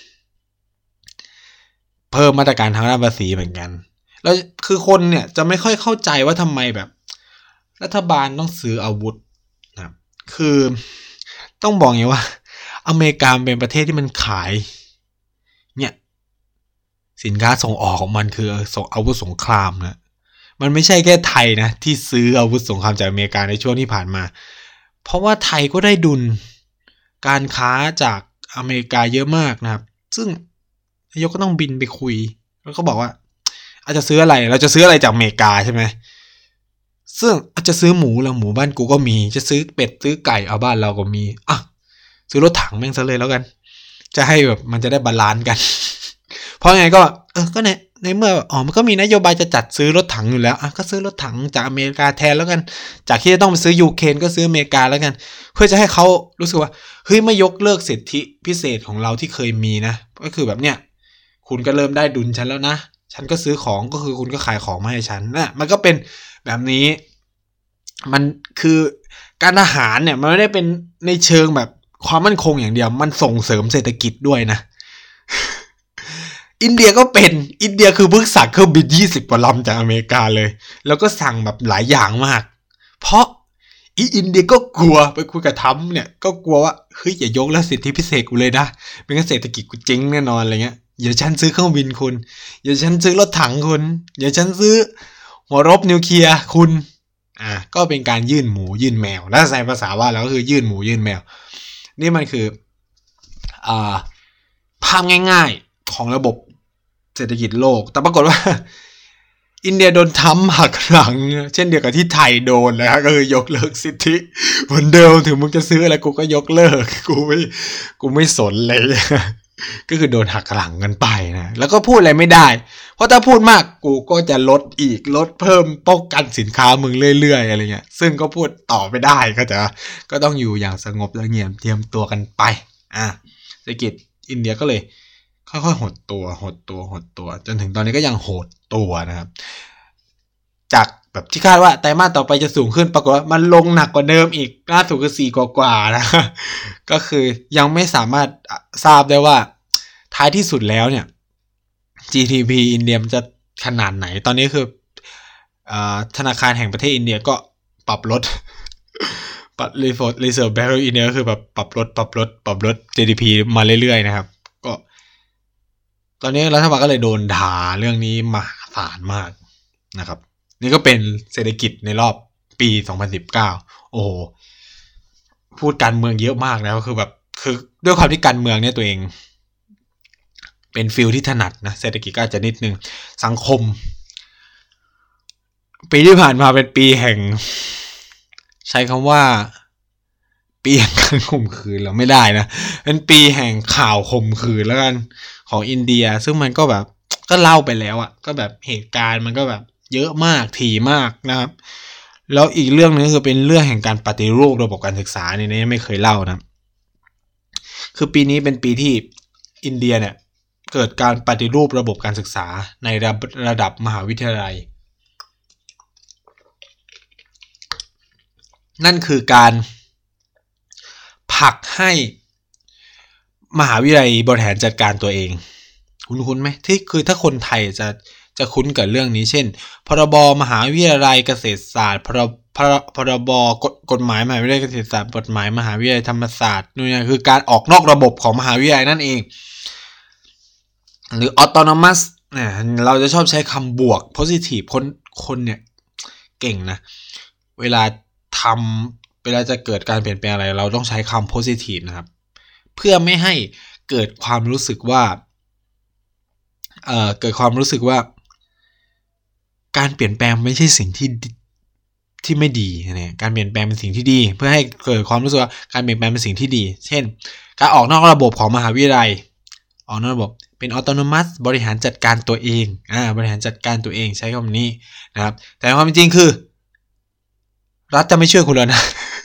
เพิ่มมาตรการทางด้านภาษีเหมือนกันแล้วคือคนเนี่ยจะไม่ค่อยเข้าใจว่าทำไมแบบรัฐบาลต้องซื้ออาวุธนะครับคือต้องบอกอย่างนี้ว่าอเมริกาเป็นประเทศที่มันขายเนี่ยสินค้าส่งออกของมันคือส่งอาวุธสงครามนะมันไม่ใช่แค่ไทยนะที่ซื้ออาวุธสงครามจากอเมริกาในช่วงที่ผ่านมาเพราะว่าไทยก็ได้ดุลการค้าจากอเมริกาเยอะมากนะครับซึ่งนายกก็ต้องบินไปคุยแล้วก็บอกว่าอาจจะซื้ออะไรเราจะซื้ออะไรจากอเมริกาใช่ไหมซึ่งอาจจะซื้อหมูแล้วหมูบ้านกูก็มีจะซื้อเป็ดซื้อไก่เอาบ้านเราก็มีอ่ะซื้อรถถังแม่งซะเลยแล้วกันจะให้แบบมันจะได้บาลานซ์กัน เพราะไงก็เออก็ในในเมื่ออ๋อมันก็มีนโยบายจะจัดซื้อรถถังอยู่แล้วอ่ะก็ซื้อรถถังจากอเมริกาแทนแล้วกันจากที่จะต้องไปซื้อยูเครนก็ซื้ออเมริกาแล้วกันเพื่อจะให้เขารู้สึกว่าเฮ้ยไม่ยกเลิกสิทธิพิเศษของเราที่เคยมีนะก็คือแบบเนี้ยคุณก็เริ่มได้ดุลฉันแล้วนะฉันก็ซื้อของก็คือคุณก็ขายของมาให้ฉันนะมันก็เป็นแบบนี้มันคือการทหารเนี่ยมันไม่ได้เป็นในเชิงแบบความมั่นคงอย่างเดียวมันส่งเสริมเศรษฐกิจด้วยนะ อินเดียก็เป็นอินเดียคือเพิ่งสั่งเครื่องบินยี่สิบกว่าลำจากอเมริกาเลยแล้วก็สั่งแบบหลายอย่างมากเพราะอีอินเดียก็กลัวไปคุยกับทรัมป์เนี่ยก็กลัวว่าเฮ้ยอย่ายกเลิกสิทธิพิเศษกูเลยนะไม่งั้นเศรษฐกิจกูเจ๊งแน่นอนอะไรเงี้ยอย่าฉันซื้อเครื่องบินคุณอย่าฉันซื้อรถถังคุณอย่าฉันซื้อหัวรบนิวเคลียร์คุณอ่าก็เป็นการยื่นหมูยื่นแมวแล้วใช้ภาษาว่าแล้วก็คือยื่นหมูยื่นแมวนี่มันคืออ่าภาพง่ายๆของระบบเศรษฐกิจโลกแต่ปรากฏว่าอินเดียโดนทำหักหลังเช่นเดียวกับที่ไทยโดนเลยครับก็คือยกเลิกสิทธิเหมือนเดิมถึงมึงจะซื้ออะไรกูก็ยกเลิกกูไม่กูไม่สนเลยก็คือโดนหักหลังกันไปนะแล้วก็พูดอะไรไม่ได้เพราะถ้าพูดมากกูก็จะลดอีกลดเพิ่มป้องกันสินค้ามึงเรื่อยๆอะไรเงี้ยซึ่งก็พูดต่อไม่ได้ก็จะก็ต้องอยู่อย่างสงบและเงียบเตรียมตัวกันไปอ่ะเศรษฐกิจอินเดียก็เลยค่อยๆหดตัวหดตัวหดตัวจนถึงตอนนี้ก็ยังหดตัวนะครับจากแบบที่คาดว่าไตรมาสต่อไปจะสูงขึ้นปรากฏว่ามันลงหนักกว่าเดิมอีกล่าสุดคือสี่กว่าๆนะก็คือยังไม่สามารถทราบได้ว่าท้ายที่สุดแล้วเนี่ย จี ดี พี อินเดียมันจะขนาดไหนตอนนี้คือธนาคารแห่งประเทศอินเดียก็ปรับลดปรับ Reserve Bank of India ก็คือแบบปรับลดปรับลดปรับลด จี ดี พี มาเรื่อยๆนะครับก็ตอนนี้รัฐบาลก็เลยโดนด่าเรื่องนี้มหาศาลมากนะครับนี่ก็เป็นเศรษฐกิจในรอบปีสองพันสิบเก้าโอ้โหพูดการเมืองเยอะมากนะก็คือแบบคือด้วยความที่การเมืองเนี่ยตัวเองเป็นฟิลที่ถนัดนะเศรษฐกิจก็อาจจะนิดนึงสังคมปีที่ผ่านมาเป็นปีแห่งใช้คำว่าปีแห่งการข่มขืนเราไม่ได้นะเป็นปีแห่งข่าวข่มขืนแล้วกันของอินเดียซึ่งมันก็แบบก็เล่าไปแล้วอ่ะก็แบบเหตุการณ์มันก็แบบเยอะมากถี่มากนะครับแล้วอีกเรื่องนึงคือเป็นเรื่องแห่งการปฏิรูประบบการศึกษาเนี่ยไม่เคยเล่านะคือปีนี้เป็นปีที่อินเดียเนี่ยเกิดการปฏิรูประบบการศึกษาในระดับมหาวิทยาลัยนั่นคือการผลักให้มหาวิทยาลัยบริหารจัดการตัวเองคุ้นๆไหมที่คือถ้าคนไทยจะจะคุ้นกับเรื่องนี้เช่นพรบมหาวิทยาลัยเกษตรศาสตร์พรพรพรบกฎกฎหมายมหาวิทยาลัยเกษตรศาสตร์กฎหมายมหาวิทยาลัยธรรมศาสตร์นู่นนี่คือการออกนอกระบบของมหาวิทยาลัยนั่นเองหรือ autonomous เนี่ยเราจะชอบใช้คำบวก positive คนคนเนี่ยเก่งนะเวลาทำเวลาจะเกิดการเปลี่ยนแปลงอะไรเราต้องใช้คำ positive นะครับเพื่อไม่ให้เกิดความรู้สึกว่าเอ่อเกิดความรู้สึกว่าการเปลี่ยนแปลงไม่ใช่สิ่งที่ที่ไม่ดีเนี่ยการเปลี่ยนแปลงเป็นสิ่งที่ดีเพื่อให้เกิดความรู้สึกว่าการเปลี่ยนแปลงเป็นสิ่งที่ดีเช่นการออกนอกระบบของมหาวิทยาลัยออกนอกระบบเป็น autonomous บริหารจัดการตัวเองอ่าบริหารจัดการตัวเองใช้คำนี้นะครับแต่ความจริงคือรัฐจะไม่ช่วยคุณแล้วนะ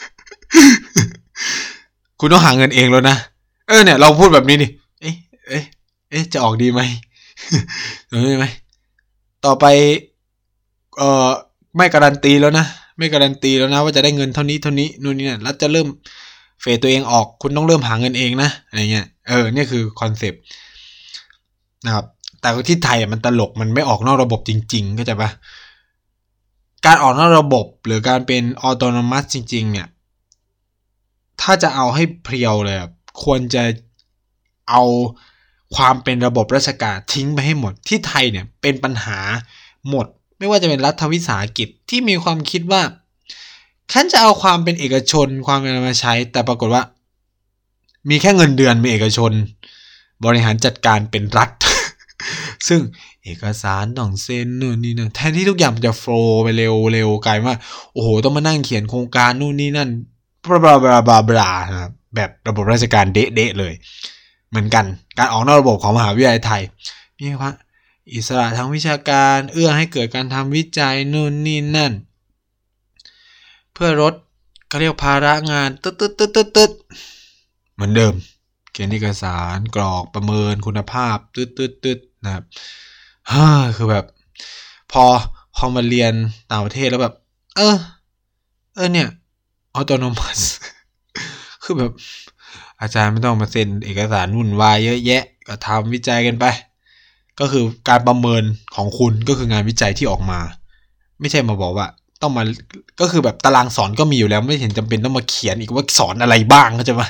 คุณต้องหาเงินเองแล้วนะเออเนี่ยเราพูดแบบนี้ดิเอ๊ะเอ๊ะเอ๊ะจะออกดีไหม ดีไหมต่อไปเอ่อไม่การันตีแล้วนะไม่การันตีแล้วนะว่าจะได้เงินเท่านี้เท่านี้นู่นนี่นั่นรัฐจะเริ่มเฟดตัวเองออกคุณต้องเริ่มหาเงินเองนะอะไรเงี้ยเออเนี่ยคือคอนเซปต์นะครับแต่ที่ไทยมันตลกมันไม่ออกนอกระบบจริงๆเข้าใจปะการออกนอกระบบหรือการเป็นออโตโนมัสจริงๆเนี่ยถ้าจะเอาให้เพรียวเลยควรจะเอาความเป็นระบบราชการทิ้งไปให้หมดที่ไทยเนี่ยเป็นปัญหาหมดไม่ว่าจะเป็นรัฐวิสาหกิจที่มีความคิดว่าฉันจะเอาความเป็นเอกชนความเป็นอะไรมาใช้แต่ปรากฏว่ามีแค่เงินเดือนมีเอกชนบริหารจัดการเป็นรัฐ ซึ่งเอกสารต้องเซ็นนู่นนี่นั่นแทนที่ทุกอย่างมันจะโฟล์ไปเร็วเร็วกลายว่าโอ้โหต้องมานั่งเขียนโครงการนู่นนี่นั่นบลาบลาบลาบลานะครับแบบระบบราชการเด๊ะๆเลยเหมือนกันการออกนอกระบบของมหาวิทยาลัยไทยมีความอิสระทางวิชาการเอื้อให้เกิดการทำวิจัยนู่นนี่นั่นเพื่อลดเขาเรียกภาระงานตึ๊ดตึ๊ดตึ๊ดตึ๊ดตึ๊ดเหมือนเดิมเขียนเอกสารกรอกประเมินคุณภาพตึ๊ดตึ๊ดตึ๊ดนะครับฮ่าคือแบบพอพอมาเรียนต่างประเทศแล้วแบบเออเออเนี่ยออโตโนมัสคือแบบอาจารย์ไม่ต้องมาเซ็นเอกสารวุ่นวายเยอะแยะก็ทำวิจัยกันไปก็คือการประเมินของคุณก็คืองานวิจัยที่ออกมาไม่ใช่มาบอกว่าต้องมาก็คือแบบตารางสอนก็มีอยู่แล้วไม่เห็นจำเป็นต้องมาเขียนอีกว่าสอนอะไรบ้างเข้าใจไหม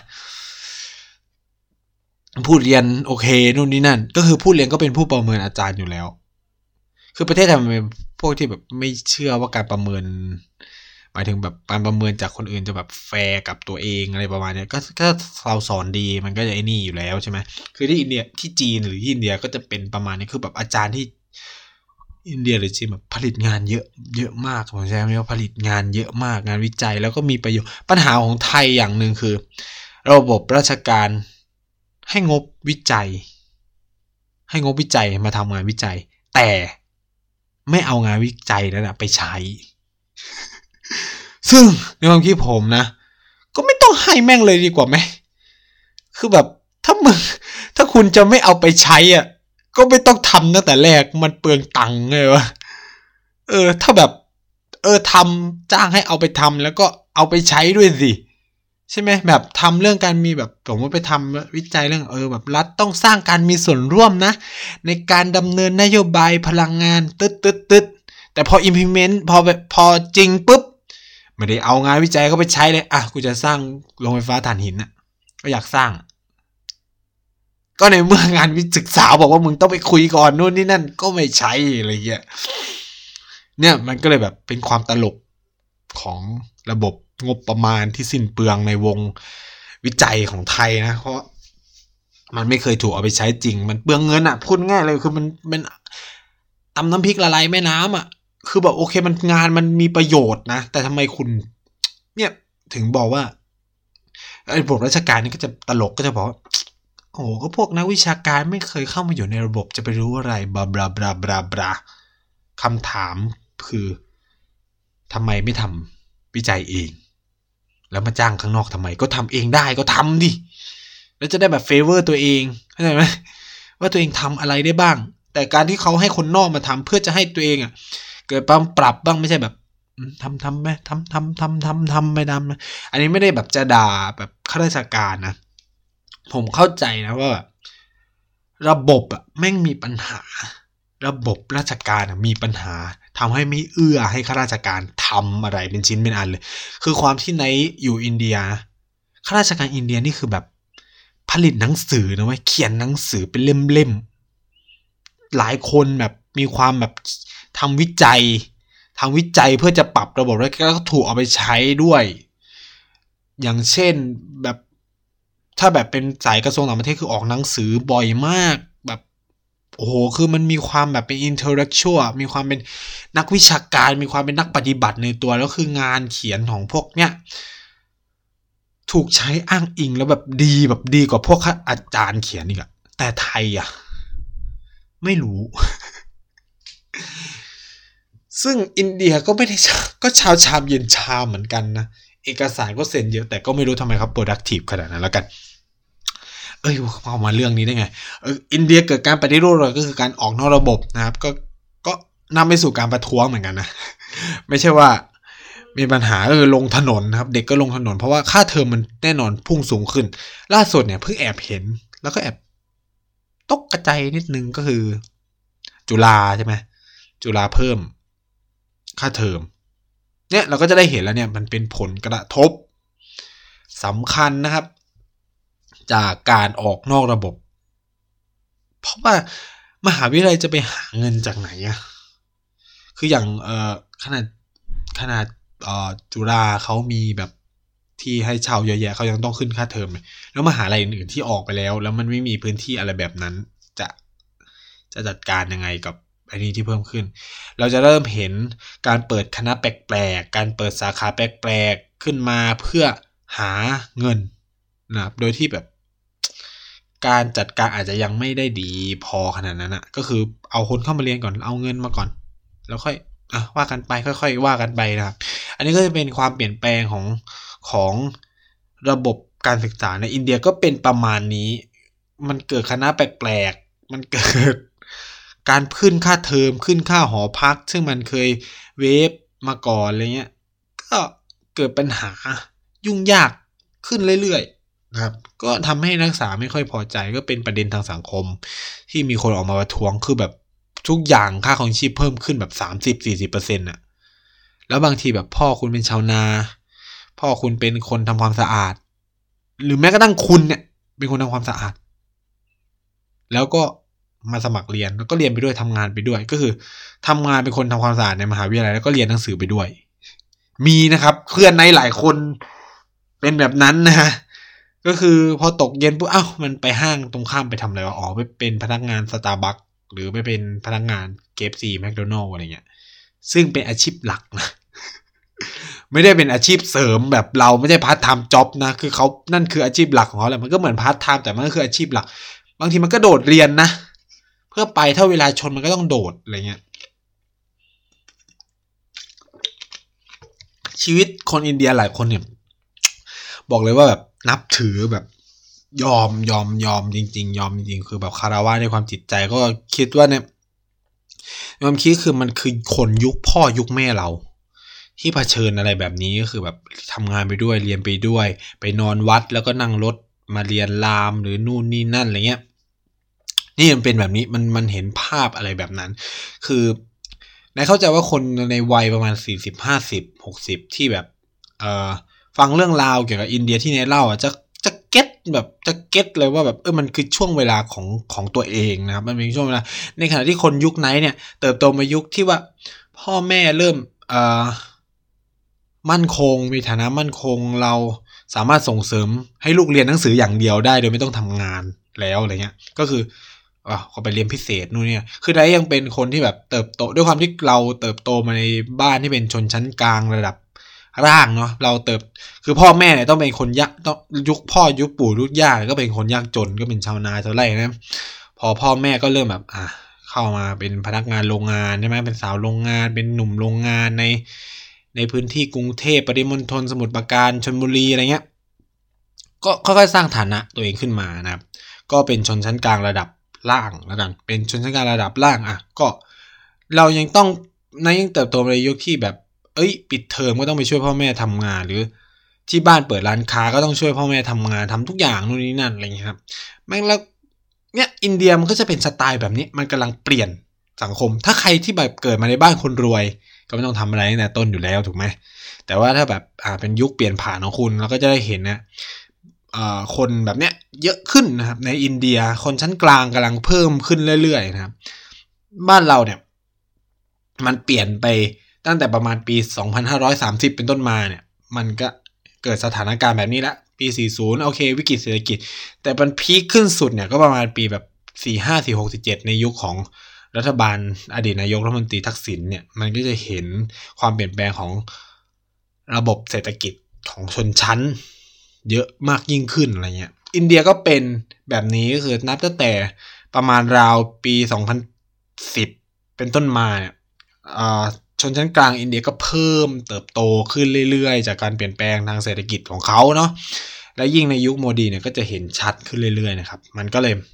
ผู้เรียนโอเคนู่นนี่นั่นก็คือผู้เรียนก็เป็นผู้ประเมินอาจารย์อยู่แล้วคือประเทศไทยมันเป็นพวกที่แบบไม่เชื่อว่าการประเมินหมายถึงแบบการประเมินจากคนอื่นจะแบบแฟร์กับตัวเองอะไรประมาณนี้ก็ก็เราสอนดีมันก็จะไอ้นี่อยู่แล้วใช่ไหมคือที่อินเดียที่จีนหรือที่อินเดียก็จะเป็นประมาณนี้คือแบบอาจารย์ที่อินเดียหรือจีนแบบผลิตงานเยอะเยอะมากผมใช้คำนี้ว่าผลิตงานเยอะมากงานวิจัยแล้วก็มีประโยชน์ปัญหาของไทยอย่างหนึ่งคือระบบราชการให้งบวิจัยให้งบวิจัยมาทำงานวิจัยแต่ไม่เอางานวิจัยนั้นนะไปใช้ซึ่งในความคิดผมนะก็ไม่ต้องให้แม่งเลยดีกว่าไหมคือแบบถ้ามึงถ้าคุณจะไม่เอาไปใช้อ่ะก็ไม่ต้องทำตั้งแต่แรกมันเปลืองตังค์เลยวะเออถ้าแบบเออทำจ้างให้เอาไปทำแล้วก็เอาไปใช้ด้วยสิใช่ไหมแบบทำเรื่องการมีแบบผมว่าไปทำวิจัยเรื่องเออแบบรัฐต้องสร้างการมีส่วนร่วมนะในการดำเนินนโยบายพลังงานตึ๊ดตึ๊ดตึ๊ดแต่พอ implement พอพอจริงปุ๊บไม่ได้เอางานวิจัยก็ไปใช้เลยอ่ะกูจะสร้างโรงไฟฟ้าถ่านหินน่ะก็อยากสร้างก็ในเมื่องานวิศึกษาบอกว่ามึงต้องไปคุยก่อนนู่นนี่นั่นก็ไม่ใช่อะไรเงี้ยเนี่ยมันก็เลยแบบเป็นความตลกของระบบงบประมาณที่สิ้นเปลืองในวงวิจัยของไทยนะเพราะมันไม่เคยถูกเอาไปใช้จริงมันเปลืองเงินอ่ะพูดง่ายเลยคือมันเป็นตำน้ำพริกละลายแม่น้ำอ่ะคือแบบโอเคมันงานมันมีประโยชน์นะแต่ทำไมคุณเนี่ยถึงบอกว่าไอ้ระบบราชการนี่ก็จะตลกก็จะบอกโอ้ก็พวกนักวิชาการไม่เคยเข้ามาอยู่ในระบบจะไปรู้อะไรบลาบลาบลาบลาบลาคำถามคือทำไมไม่ทำวิจัยเองแล้วมาจ้างข้างนอกทำไมก็ทำเองได้ก็ทำดิแล้วจะได้แบบเฟเวอร์ตัวเองเข้าใจไหมว่าตัวเองทำอะไรได้บ้างแต่การที่เขาให้คนนอกมาทำเพื่อจะให้ตัวเองอ่ะเกิดความปรับบ้างไม่ใช่แบบทำทำไหมทำทำทำทำทำไม่ทำนะอันนี้ไม่ได้แบบจะด่าแบบข้าราชการนะผมเข้าใจนะว่าระบบอ่ะแม่งมีปัญหาระบบราชการมีปัญหาทำให้ไม่เอื้อให้ข้าราชการทำอะไรเป็นชิ้นเป็นอันเลยคือความที่ไนท์อยู่อินเดียข้าราชการอินเดียนี่คือแบบผลิตหนังสือนะเว้ยเขียนหนังสือเป็นเล่มๆหลายคนแบบมีความแบบทำวิจัยทำวิจัยเพื่อจะปรับระบบแล้วก็ถูกเอาไปใช้ด้วยอย่างเช่นแบบถ้าแบบเป็นสายกระทรวงต่างประเทศคือออกหนังสือบ่อยมากแบบโอ้โหคือมันมีความแบบเป็นอินเทลเล็กชวลมีความเป็นนักวิชาการมีความเป็นนักปฏิบัติในตัวแล้วคืองานเขียนของพวกเนี้ยถูกใช้อ้างอิงแล้วแบบดีแบบดีกว่าพวกอาจารย์เขียนอีกอะแต่ไทยอะไม่รู้ ซึ่งอินเดียก็ไม่ได้ก็ชาวชามเย็นชาเหมือนกันนะเอกสารก็เซ็นเยอะแต่ก็ไม่รู้ทำไมเขา productive ขนาดนั้นแล้วกันเอ้ยเอามาเรื่องนี้ได้ไงเอออินเดียเกิดการปฏิรูปก็คือการออกนอกระบบนะครับก็ก็นำไปสู่การประท้วงเหมือนกันนะไม่ใช่ว่ามีปัญหาก็คือลงถนนนะครับเด็กก็ลงถนนเพราะว่าค่าเทอมมันแน่นอนพุ่งสูงขึ้นล่าสุดเนี่ยเพิ่งแอบเห็นแล้วก็แอบตกกระจายนิดนึงก็คือจุฬาใช่ไหมจุฬาเพิ่มค่าเทอมเนี่ยเราก็จะได้เห็นแล้วเนี่ยมันเป็นผลกระทบสำคัญนะครับจากการออกนอกระบบเพราะว่ามหาวิทยาลัยจะไปหาเงินจากไหนอะคืออย่างเอ่อขนาดขนาดเอ่อจุฬาเขามีแบบที่ให้เช่าเยอะแยะเขายังต้องขึ้นค่าเทอมแล้วมหาลัยอื่นๆที่ออกไปแล้วแล้วมันไม่มีพื้นที่อะไรแบบนั้นจะจะจัดการยังไงกับอันนี้ที่เพิ่มขึ้นเราจะเริ่มเห็นการเปิดคณะแปลกๆการเปิดสาขาแปลกๆขึ้นมาเพื่อหาเงินนะครับโดยที่แบบการจัดการอาจจะยังไม่ได้ดีพอขนาดนั้นนะก็คือเอาคนเข้ามาเรียนก่อนเอาเงินมาก่อนแล้วค่อยอ่ะว่ากันไปค่อยๆว่ากันไปนะครับอันนี้ก็จะเป็นความเปลี่ยนแปลงของของระบบการศึกษาในอินเดียก็เป็นประมาณนี้มันเกิดคณะแปลกๆมันเกิดการขึ้นค่าเทอมขึ้นค่าหอพักซึ่งมันเคยเวฟมาก่อนอะไรเงี้ยก็เกิดปัญหายุ่งยากขึ้นเรื่อยๆนะครับก็ทำให้นักศึกษาไม่ค่อยพอใจก็เป็นประเด็นทางสังคมที่มีคนออกมาประท้วงคือแบบทุกอย่างค่าครองชีพเพิ่มขึ้นแบบ สามสิบถึงสี่สิบเปอร์เซ็นต์ น่ะแล้วบางทีแบบพ่อคุณเป็นชาวนาพ่อคุณเป็นคนทำความสะอาดหรือแม้กระทั่งคุณเนี่ยเป็นคนทำความสะอาดแล้วก็มาสมัครเรียนแล้วก็เรียนไปด้วยทำงานไปด้วยก็คือทำงานเป็นคนทำความสะอาดในมหาวิทยาลัยแล้วก็เรียนหนังสือไปด้วยมีนะครับเพื่อนในหลายคนเป็นแบบนั้นนะฮะก็คือพอตกเย็นปุ๊บอ้าวมันไปห้างตรงข้ามไปทำอะไรวะอ๋อไปเป็นพนักงาน Starbucks หรือไปเป็นพนักงาน เค เอฟ ซี McDonald's อะไรเงี้ยซึ่งเป็นอาชีพหลักนะไม่ได้เป็นอาชีพเสริมแบบเราไม่ใช่พาร์ทไทม์จ็อบนะคือเขานั่นคืออาชีพหลักของเขาแหละมันก็เหมือนพาร์ทไทม์แต่มันก็คืออาชีพหลักบางทีมันก็โดดเรียนนะเพื่อไปถ้าเวลาชนมันก็ต้องโดดอะไรเงี้ยชีวิตคนอินเดียหลายคนเนี่ยบอกเลยว่าแบบนับถือแบบยอมยอมยอมจริงๆยอมจริงๆคือแบบคารวะในความจิตใจก็คิดว่าเนี่ยความคิดคือมันคือคนยุคพ่อยุคแม่เราที่เผชิญอะไรแบบนี้ก็คือแบบทำงานไปด้วยเรียนไปด้วยไปนอนวัดแล้วก็นั่งรถมาเรียนรามหรือนู่นนี่นั่นอะไรเงี้ยนี่มันเป็นแบบนี้มันมันเห็นภาพอะไรแบบนั้นคือนายเข้าใจว่าคนในวัยประมาณสี่สิบ ห้าสิบ หกสิบที่แบบเอ่อฟังเรื่องราวเกี่ยวกับอินเดียที่นายเล่าอ่ะจะจะเก็ตแบบจะเก็ตเลยว่าแบบเออมันคือช่วงเวลาของของตัวเองนะครับมันเป็นช่วงเวลาในขณะที่คนยุคไหนเนี่ยเติบโตมายุคที่ว่าพ่อแม่เริ่มเอ่อมั่นคงมีฐานะมั่นคงเราสามารถส่งเสริมให้ลูกเรียนหนังสืออย่างเดียวได้โดยไม่ต้องทำงานแล้วอะไรเงี้ยก็คืออ่ะเขาไปเรียนพิเศษนู่นเนี่ยคือได้ยังเป็นคนที่แบบเติบโตด้วยความที่เราเติบโตมาในบ้านที่เป็นชนชั้นกลางระดับร่างเนาะเราเติบคือพ่อแม่เนี่ยต้องเป็นคนยากต้องยุคพ่อยุคปู่ยุคย่าก็เป็นคนยากจนก็เป็นชาวนาชาวไร่นะพอพ่อแม่ก็เริ่มแบบอ่ะเข้ามาเป็นพนักงานโรงงานใช่ไหมเป็นสาวโรงงานเป็นหนุ่มโรงงานในในพื้นที่กรุงเทพปริมณฑลสมุทรปราการชลบุรีอะไรเงี้ยก็ค่อยๆสร้างฐานะตัวเองขึ้นมานะครับก็เป็นชนชั้นกลางระดับล่างแล้วกันเป็นชนชั้นกลางระดับล่างอ่ะก็เรายังต้องในยังเติบโตในยุคที่แบบเอ้ยปิดเทอมก็ต้องไปช่วยพ่อแม่ทำงานหรือที่บ้านเปิดร้านค้าก็ต้องช่วยพ่อแม่ทำงานทำทุกอย่างนู่นนี่นั่นอะไรเงี้ยครับแม่งแล้วเนี่ยอินเดียมันก็จะเป็นสไตล์แบบนี้มันกำลังเปลี่ยนสังคมถ้าใครที่แบบเกิดมาในบ้านคนรวยก็ไม่ต้องทำอะไรตั้งแต่ต้นอยู่แล้วถูกไหมแต่ว่าถ้าแบบอ่าเป็นยุคเปลี่ยนผ่านของคุณเราก็จะได้เห็นนะคนแบบเนี้ยเยอะขึ้นนะครับในอินเดียคนชั้นกลางกำลังเพิ่มขึ้นเรื่อยๆนะครับบ้านเราเนี่ยมันเปลี่ยนไปตั้งแต่ประมาณปีสองพันห้าร้อยสามสิบเป็นต้นมาเนี่ยมันก็เกิดสถานการณ์แบบนี้ละปีสี่สิบโอเควิกฤตเศรษฐกิจแต่มันพีคขึ้นสุดเนี่ยก็ประมาณปีแบบสี่สิบห้า สี่สิบหก สี่สิบเจ็ดในยุคของรัฐบาลอดีตนายกรัฐมนตรีทักษิณเนี่ยมันก็จะเห็นความเปลี่ยนแปลงของระบบเศรษฐกิจของชนชั้นเยอะมากยิ่งขึ้นอะไรเงี้ยอินเดียก็เป็นแบบนี้ก็คือนับตั้งแต่ประมาณราวปีสองพันสิบเป็นต้นมาเนี่ยชนชั้นกลางอินเดียก็เพิ่มเติบโตขึ้นเรื่อยๆจากการเปลี่ยนแปลงทางเศรษฐกิจของเขาเนาะและยิ่งในยุคโมดีเนี่ยก็จะเห็นชัดขึ้นเรื่อยๆนะครับมันก็เลย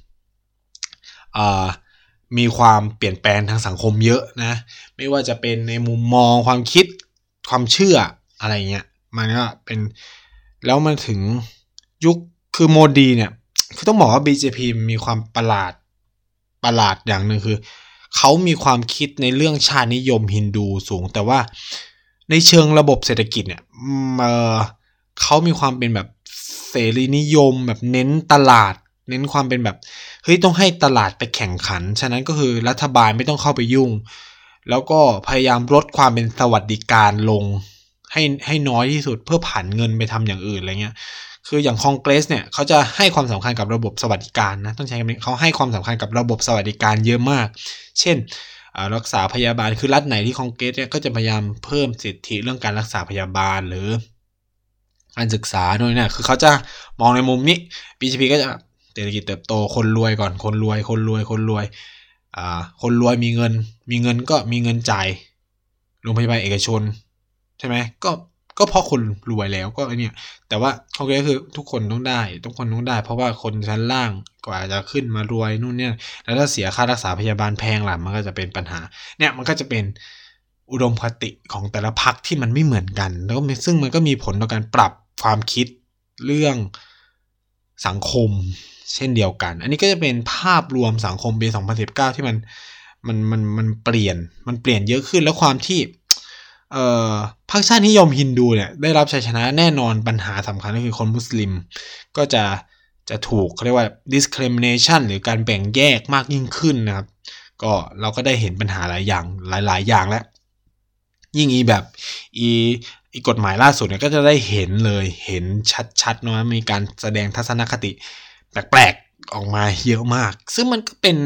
มีความเปลี่ยนแปลงทางสังคมเยอะนะไม่ว่าจะเป็นในมุมมองความคิดความเชื่ออะไรเงี้ยมันก็เป็นแล้วมันถึงยุคคือโมดีเนี่ยคือต้องบอกว่า บี เจ พี มีความประหลาดประหลาดอย่างนึงคือเขามีความคิดในเรื่องชาตินิยมฮินดูสูงแต่ว่าในเชิงระบบเศรษฐกิจเนี่ยเออเขามีความเป็นแบบเสรีนิยมแบบเน้นตลาดเน้นความเป็นแบบเฮ้ยต้องให้ตลาดไปแข่งขันฉะนั้นก็คือรัฐบาลไม่ต้องเข้าไปยุ่งแล้วก็พยายามลดความเป็นสวัสดิการลงให้ให้น้อยที่สุดเพื่อผันเงินไปทำอย่างอื่นอะไรเงี้ยคืออย่างคองเกรสเนี่ยเขาจะให้ความสำคัญกับระบบสวัสดิการนะต้องใช้คำนี้เขาให้ความสำคัญกับระบบสวัสดิการเยอะมากเช่นรักษาพยาบาลคือรัฐไหนที่คองเกรสเนี่ยก็จะพยายามเพิ่มสิทธิเรื่องการรักษาพยาบาลหรือการศึกษาโดยเนี่ยคือเขาจะมองในมุมนี้ บี เจ พี ก็จะเศรษฐกิจเติบโตคนรวยก่อนคนรวยคนรวยคนรวยอ่าคนรวยมีเงินมีเงินก็มีเงินจ่ายโรงพยาบาลเอกชนใช่ไหมก็ก็เพราะคนรวยแล้วก็ไอเนี่ยแต่ว่าเขาก็คือทุกคนต้องได้ทุกคนต้องได้เพราะว่าคนชั้นล่างกว่าจะขึ้นมารวยนู่นเนี่ยแล้วถ้าเสียค่ารักษาพยาบาลแพงล่ะมันก็จะเป็นปัญหาเนี่ยมันก็จะเป็นอุดมคติของแต่ละพรรคที่มันไม่เหมือนกันแล้วก็ซึ่งมันก็มีผลต่อการปรับความคิดเรื่องสังคมเช่นเดียวกันอันนี้ก็จะเป็นภาพรวมสังคมปีสองพันสิบเก้าที่มันมันมันมันเปลี่ยนมันเปลี่ยนเยอะขึ้นแล้วความที่เอ่อพรรคชาตินิยมฮินดูเนี่ยได้รับชัยชนะแน่นอนปัญหาสำคัญก็คือคนมุสลิมก็จะจะถูกเขาเรียกว่า discrimination หรือการแบ่งแยกมากยิ่งขึ้นนะครับก็เราก็ได้เห็นปัญหาหลายอย่างหลายๆอย่างแล้วยิ่งอีแบบอีอีกฎหมายล่าสุดเนี่ยก็จะได้เห็นเลยเห็นชัดๆเนาะมีการแสดงทัศนคติแปลกๆออกมาเยอะมากซึ่งมันก็เป็น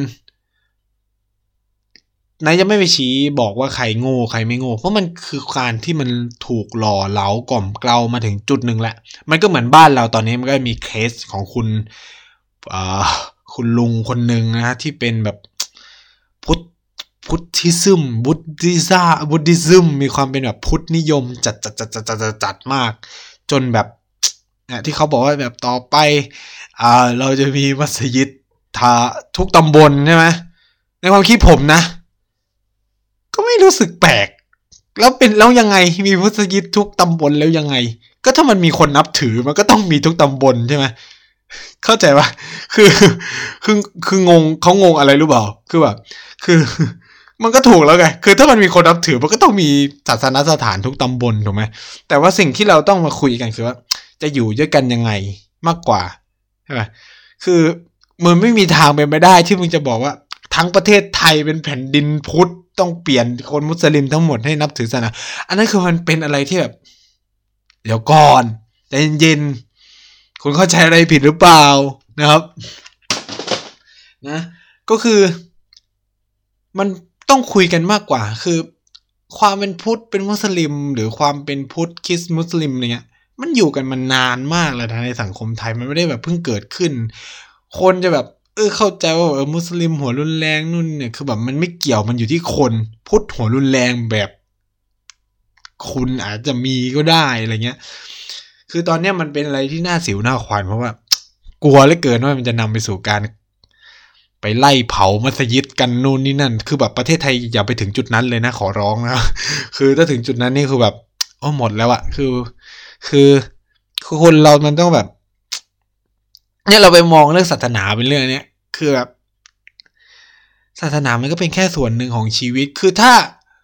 นายจะไม่ไปชี้บอกว่าใครโง่ใครไม่โง่เพราะมันคือการที่มันถูกหล่อเหลากล่อมเกลามาถึงจุดหนึ่งแหละมันก็เหมือนบ้านเราตอนนี้มันก็มีเคสของคุณอ่าคุณลุงคนหนึ่งนะที่เป็นแบบพุทธพุทธิซึมบุตติซาบุตติซึมมีความเป็นแบบพุทธนิยมจัดจัดจัดจัดจัดจัดมากจนแบบเนี่ยที่เขาบอกว่าแบบต่อไปอ่าเราจะมีมัสยิดทาทุกตำบลใช่ไหมในความคิดผมนะก็ไม่รู้สึกแปลกแล้วเป็นแล้วยังไงมีมัสยิดทุกตำบลแล้วยังไงก็ถ้ามันมีคนนับถือมันก็ต้องมีทุกตำบลใช่ไหมเข้าใจป่ะคือคือคืองงเขางงอะไรรู้เปล่าคือแบบคือมันก็ถูกแล้วไงคือถ้ามันมีคนนับถือมันก็ต้องมีศาสนสถานทุกตำบลถูกไหมแต่ว่าสิ่งที่เราต้องมาคุยกันคือว่าจะอยู่ด้วยกันยังไงมากกว่าใช่ไหมคือมันไม่มีทางเป็นไปได้ที่มึงจะบอกว่าทั้งประเทศไทยเป็นแผ่นดินพุทธต้องเปลี่ยนคนมุสลิมทั้งหมดให้นับถือศาสนาอันนั้นคือมันเป็นอะไรที่แบบเดี๋ยวก่อนใจเย็นๆคุณเข้าใจอะไรผิดหรือเปล่านะครับนะก็คือมันต้องคุยกันมากกว่าคือความเป็นพุทธเป็นมุสลิมหรือความเป็นพุทธคริสต์มุสลิมอะไรเงี้ยมันอยู่กันมานานมากแล้วนะในสังคมไทยมันไม่ได้แบบเพิ่งเกิดขึ้นคนจะแบบเออเข้าใจว่าเออมุสลิมหัวรุนแรงนู่นเนี่ยคือแบบมันไม่เกี่ยวมันอยู่ที่คนพุทธหัวรุนแรงแบบคุณอาจจะมีก็ได้อะไรเงี้ยคือตอนนี้มันเป็นอะไรที่น่าสิวหน้าขวานเพราะว่ากลัวเหลือเกินว่ามันจะนำไปสู่การไปไล่เผามัสยิดกันนู่นนี่นั่นคือแบบประเทศไทยอย่าไปถึงจุดนั้นเลยนะขอร้องนะคือถ้าถึงจุดนั้นนี่คือแบบโอ้หมดแล้วอะคือคือคือคนเรามันต้องแบบเนี่ยเราไปมองเรื่องศาสนาเป็นเรื่องเนี้ยคือแบบศาสนามันก็เป็นแค่ส่วนหนึ่งของชีวิตคือถ้า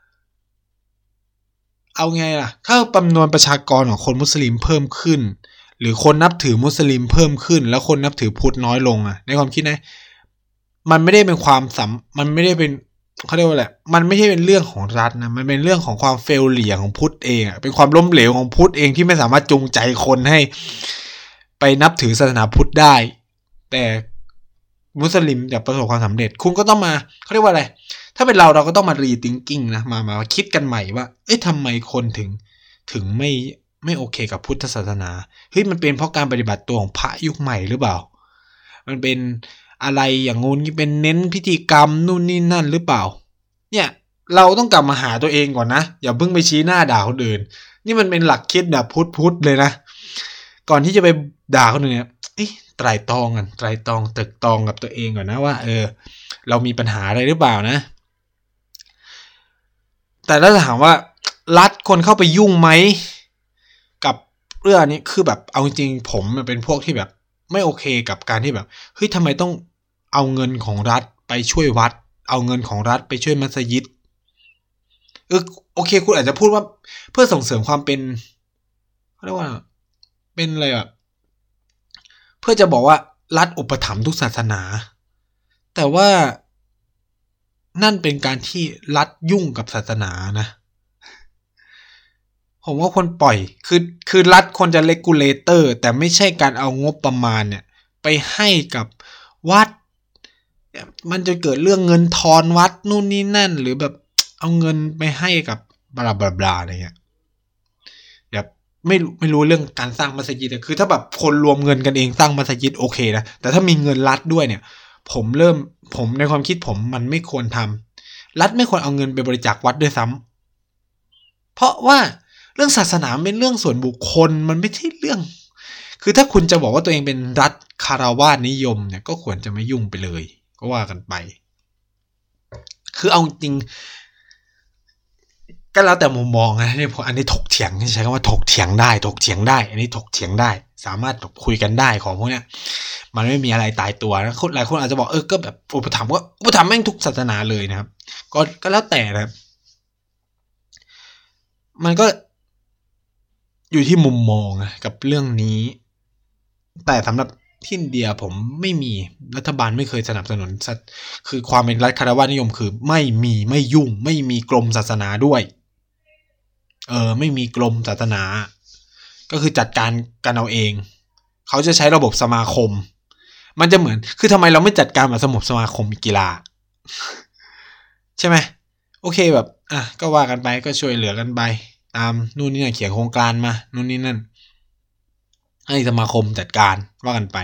เอาไงล่ะถ้าจำนวนประชากรของคนมุสลิมเพิ่มขึ้นหรือคนนับถือมุสลิมเพิ่มขึ้นแล้วคนนับถือพุทธน้อยลงอะในความคิดนะมันไม่ได้เป็นความสัมมันไม่ได้เป็นเขาเรียกว่าอะไรมันไม่ใช่เป็นเรื่องของรัฐนะมันเป็นเรื่องของความเฟลเลียของพุทธเองอะเป็นความล้มเหลวของพุทธเองที่ไม่สามารถจูงใจคนให้ไปนับถือศาสนาพุทธได้แต่มุสลิมจะประสบความสำเร็จคุณก็ต้องมาเขาเรียกว่าอะไรถ้าเป็นเราเราก็ต้องมารีทิงกิ้งนะมามาคิดกันใหม่ว่าเอ๊ะทำไมคนถึงถึงไม่ไม่โอเคกับพุทธศาสนาเฮ้ยมันเป็นเพราะการปฏิบัติตัวของพระยุคใหม่หรือเปล่ามันเป็นอะไรอย่างงู้นเป็นเน้นพิธีกรรมนู่นนี่นั่นหรือเปล่าเนี่ยเราต้องกลับมาหาตัวเองก่อนนะอย่าเพิ่งไปชี้หน้าด่าคนอื่นนี่มันเป็นหลักคิดแบบพุทธๆเลยนะก่อนที่จะไปด่าคนอื่นเนี่ยไตร่ตรองกันไตร่ตรองตึกตรองกับตัวเองก่อนนะว่าเออเรามีปัญหาอะไรหรือเปล่านะแต่ถ้าถามว่ารัฐคนเข้าไปยุ่งไหมกับเรื่องนี้คือแบบเอาจริงผมมันเป็นพวกที่แบบไม่โอเคกับการที่แบบเฮ้ยทำไมต้องเอาเงินของรัฐไปช่วยวัดเอาเงินของรัฐไปช่วยมัสยิดเออโอเคคุณอาจจะพูดว่าเพื่อส่งเสริมความเป็นเรียกว่าเป็นอะไรแบบเพื่อจะบอกว่ารัฐอุปถัมภ์ทุกศาสนาแต่ว่านั่นเป็นการที่รัฐยุ่งกับศาสนานะผมว่าคนปล่อยคือคือรัฐควรจะเลกูเลเตอร์แต่ไม่ใช่การเอางบประมาณเนี่ยไปให้กับวัดมันจะเกิดเรื่องเงินทอนวัดนู่นนี่นั่นหรือแบบเอาเงินไปให้กับบลาบลาบลาอะไรเงี้ยแบบไม่ไม่รู้เรื่องการสร้างมัสยิดแต่คือถ้าแบบคนรวมเงินกันเองสร้างมัสยิดโอเคนะแต่ถ้ามีเงินรัฐด้วยเนี่ยผมเริ่มผมในความคิดผมมันไม่ควรทำรัฐไม่ควรเอาเงินไปบริจาควัดด้วยซ้ำเพราะว่าเรื่องศาสนาเป็นเรื่องส่วนบุคคลมันไม่ใช่เรื่องคือถ้าคุณจะบอกว่าตัวเองเป็นรัฐคารวาสนิยมเนี่ยก็ควรจะไม่ยุ่งไปเลยก็ว่ากันไปคือเอาจริงก็แล้วแต่มุมมองนะนี่พออันนี้ถกเถียงใช้คำว่าถกเถียงได้ถกเถียงได้อันนี้ถกเถียงได้สามารถคุยกันได้ของพวกเนี้ยมันไม่มีอะไรตายตัวนะหลายคนอาจจะบอกเออก็แบบอุปถัมภ์ก็อุปถัมภ์แม่งทุกศาสนาเลยนะครับก็ก็แล้วแต่นะครับมันก็อยู่ที่มุมมองนะกับเรื่องนี้แต่สำหรับที่อินเดียผมไม่มีรัฐบาลไม่เคยสนับสนุนคือความเป็นรัฐคารวะนิยมคือไม่มีไม่ยุ่งไม่มีกรมศาสนาด้วยเออไม่มีกรมศาสนาก็คือจัดการกันเอาเองเขาจะใช้ระบบสมาคมมันจะเหมือนคือทำไมเราไม่จัดการแบบสมุบสมาคมกีฬาใช่ไหมโอเคแบบอ่ะก็ว่ากันไปก็ช่วยเหลือกันไปตามนู่นนี่นั่นเขียนโครงการมานู่นนี่นั่นให้สมาคมจัดการว่ากันไป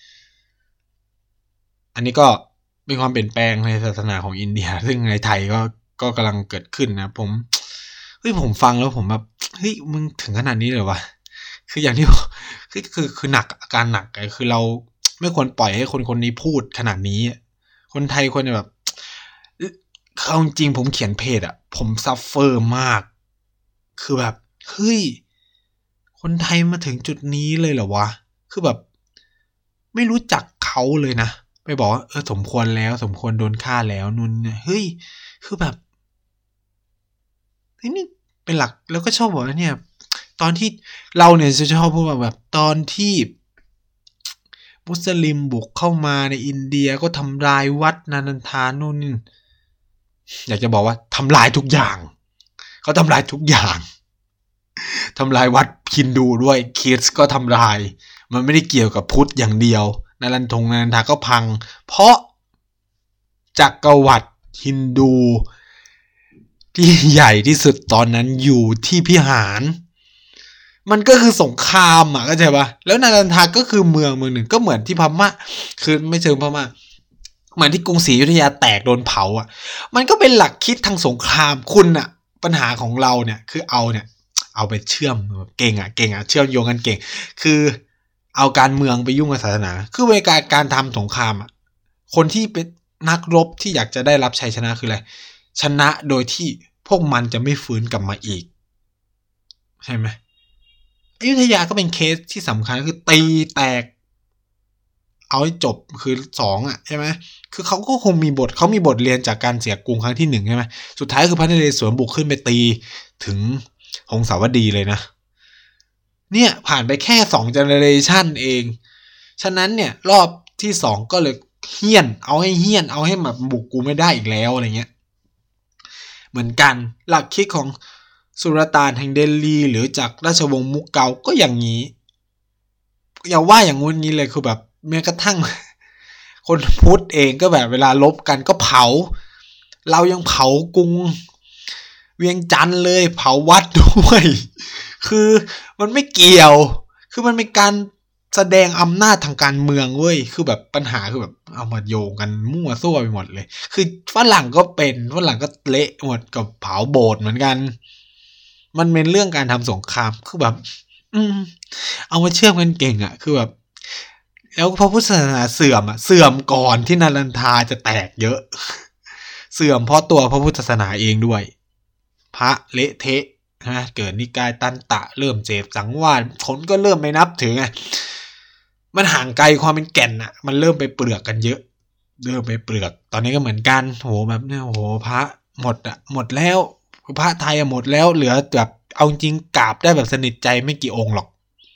อันนี้ก็เป็นความเปลี่ยนแปลงในศาสนาของอินเดียซึ่งในไทยก็ก็กำลังเกิดขึ้นนะผมเฮ้ยผมฟังแล้วผมแบบเฮ้ยมึงถึงขนาดนี้เลยวะคืออย่างที่คือคือคือหนักอาการหนักคือเราไม่ควรปล่อยให้คนคนนี้พูดขนาดนี้คนไทยควรจะแบบเอาจริงผมเขียนเพจอ่ะผมซัฟเฟอร์มากคือแบบเฮ้ยคนไทยมาถึงจุดนี้เลยเหรอวะคือแบบไม่รู้จักเขาเลยนะไปบอกว่าเออสมควรแล้วสมควรโดนฆ่าแล้วนู่นเนี่ยเฮ้ยคือแบบนี่เป็นหลักแล้วก็ชอบบอกว่าเนี่ยตอนที่เราเนี่ยจะชอบพูดแบบตอนที่มุสลิมบุกเข้ามาในอินเดียก็ทำลายวัดนานันทานู่นนี่อยากจะบอกว่าทำลายทุกอย่างเขาทำลายทุกอย่างทำลายวัดฮินดูด้วยคริสต์ก็ทำลายมันไม่ได้เกี่ยวกับพุทธอย่างเดียวนารันทงนานันทาก็พังเพราะจักรวรรดิฮินดูที่ใหญ่ที่สุดตอนนั้นอยู่ที่พิหารมันก็คือสงครามอ่ะเข้าใจป่ะแล้วนารันทาก็คือเมืองเมืองหนึ่งก็เหมือนที่พม่าคือไม่เชิงพม่าเหมือนที่กรุงศรีอยุธยาแตกโดนเผาอ่ะมันก็เป็นหลักคิดทางสงครามคุณอ่ะปัญหาของเราเนี่ยคือเอาเนี่ยเอาไปเชื่อมเก่งอ่ะเก่งอ่ะเชื่อมโยงกันเก่งคือเอาการเมืองไปยุ่งกับศาสนาคือเวลาการทำสงครามอ่ะคนที่เป็นนักรบที่อยากจะได้รับชัยชนะคืออะไรชนะโดยที่พวกมันจะไม่ฟื้นกลับมาอีกใช่ไหมอยุธยาก็เป็นเคสที่สำคัญคือตีแตกเอาให้จบคือสองอ่ะใช่ไหมคือเขาก็คงมีบทเขามีบทเรียนจากการเสียกรุงครั้งที่หนึ่งใช่ไหมสุดท้ายคือพระนเรศวรบุกขึ้นไปตีถึงหงสาวดีเลยนะเนี่ยผ่านไปแค่สองเจเนเรชันเองฉะนั้นเนี่ยรอบที่สองก็เลยเฮี้ยนเอาให้เฮี้ยนเอาให้แบบบุกกูไม่ได้อีกแล้วอะไรเงี้ยเหมือนกันหลักคิดของสุลต่านแห่งเดลีหรือจากราชวงศ์มุกเกาก็อย่างนี้อย่าว่าอย่างงู้นนี้เลยคือแบบแม้กระทั่งคนพุทธเองก็แบบเวลาลบกันก็เผาเรายังเผากรุงเวียงจันทร์เลยเผาวัดด้วยคือมันไม่เกี่ยวคือมันเป็นการแสดงอำนาจทางการเมืองเว้ยคือแบบปัญหาคือแบบเอามาโยงกันมั่วซั่วไปหมดเลยคือฝรั่งก็เป็นฝรั่งก็เละหมดกับเผาโบสถ์เหมือนกันมันเป็นเรื่องการทำสงครามคือแบบอืมเอามาเชื่อมกันเก่งอ่ะคือแบบแล้วพระพุทธศาสนาเสื่อมอ่ะเสื่อมก่อนที่นารันทาจะแตกเยอะเสื่อมเพราะตัวพระพุทธศาสนาเองด้วยพระเละเทะนะเกิดนิกายตันตะเริ่มเสพสังวาสคนก็เริ่มไม่นับถือไงมันห่างไกลความเป็นแก่นอ่ะมันเริ่มไปเปลือกกันเยอะเริ่มไปเปลือกตอนนี้ก็เหมือนกันโหแบบเนี่ยโหพระหมดอ่ะหมดแล้วพระไทยหมดแล้วเหลือแบบเอาจริงกราบได้แบบสนิทใจไม่กี่องค์หรอก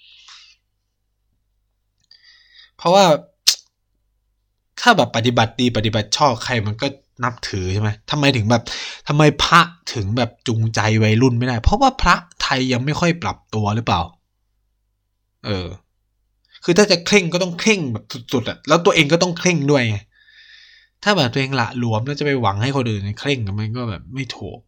เพราะว่าถ้าแบบปฏิบัติดีปฏิบัติชอบใครมันก็นับถือใช่ไหมทำไมถึงแบบทำไมพระถึงแบบจูงใจวัยรุ่นไม่ได้เพราะว่าพระไทยยังไม่ค่อยปรับตัวหรือเปล่าเออคือถ้าจะเคร่งก็ต้องเคร่งแบบสุดๆอ่ะแล้วตัวเองก็ต้องเคร่งด้วยไงถ้าแบบตัวเองละหลวมแล้วจะไปหวังให้คนอื่นเคร่งมันก็แบบไม่ถูก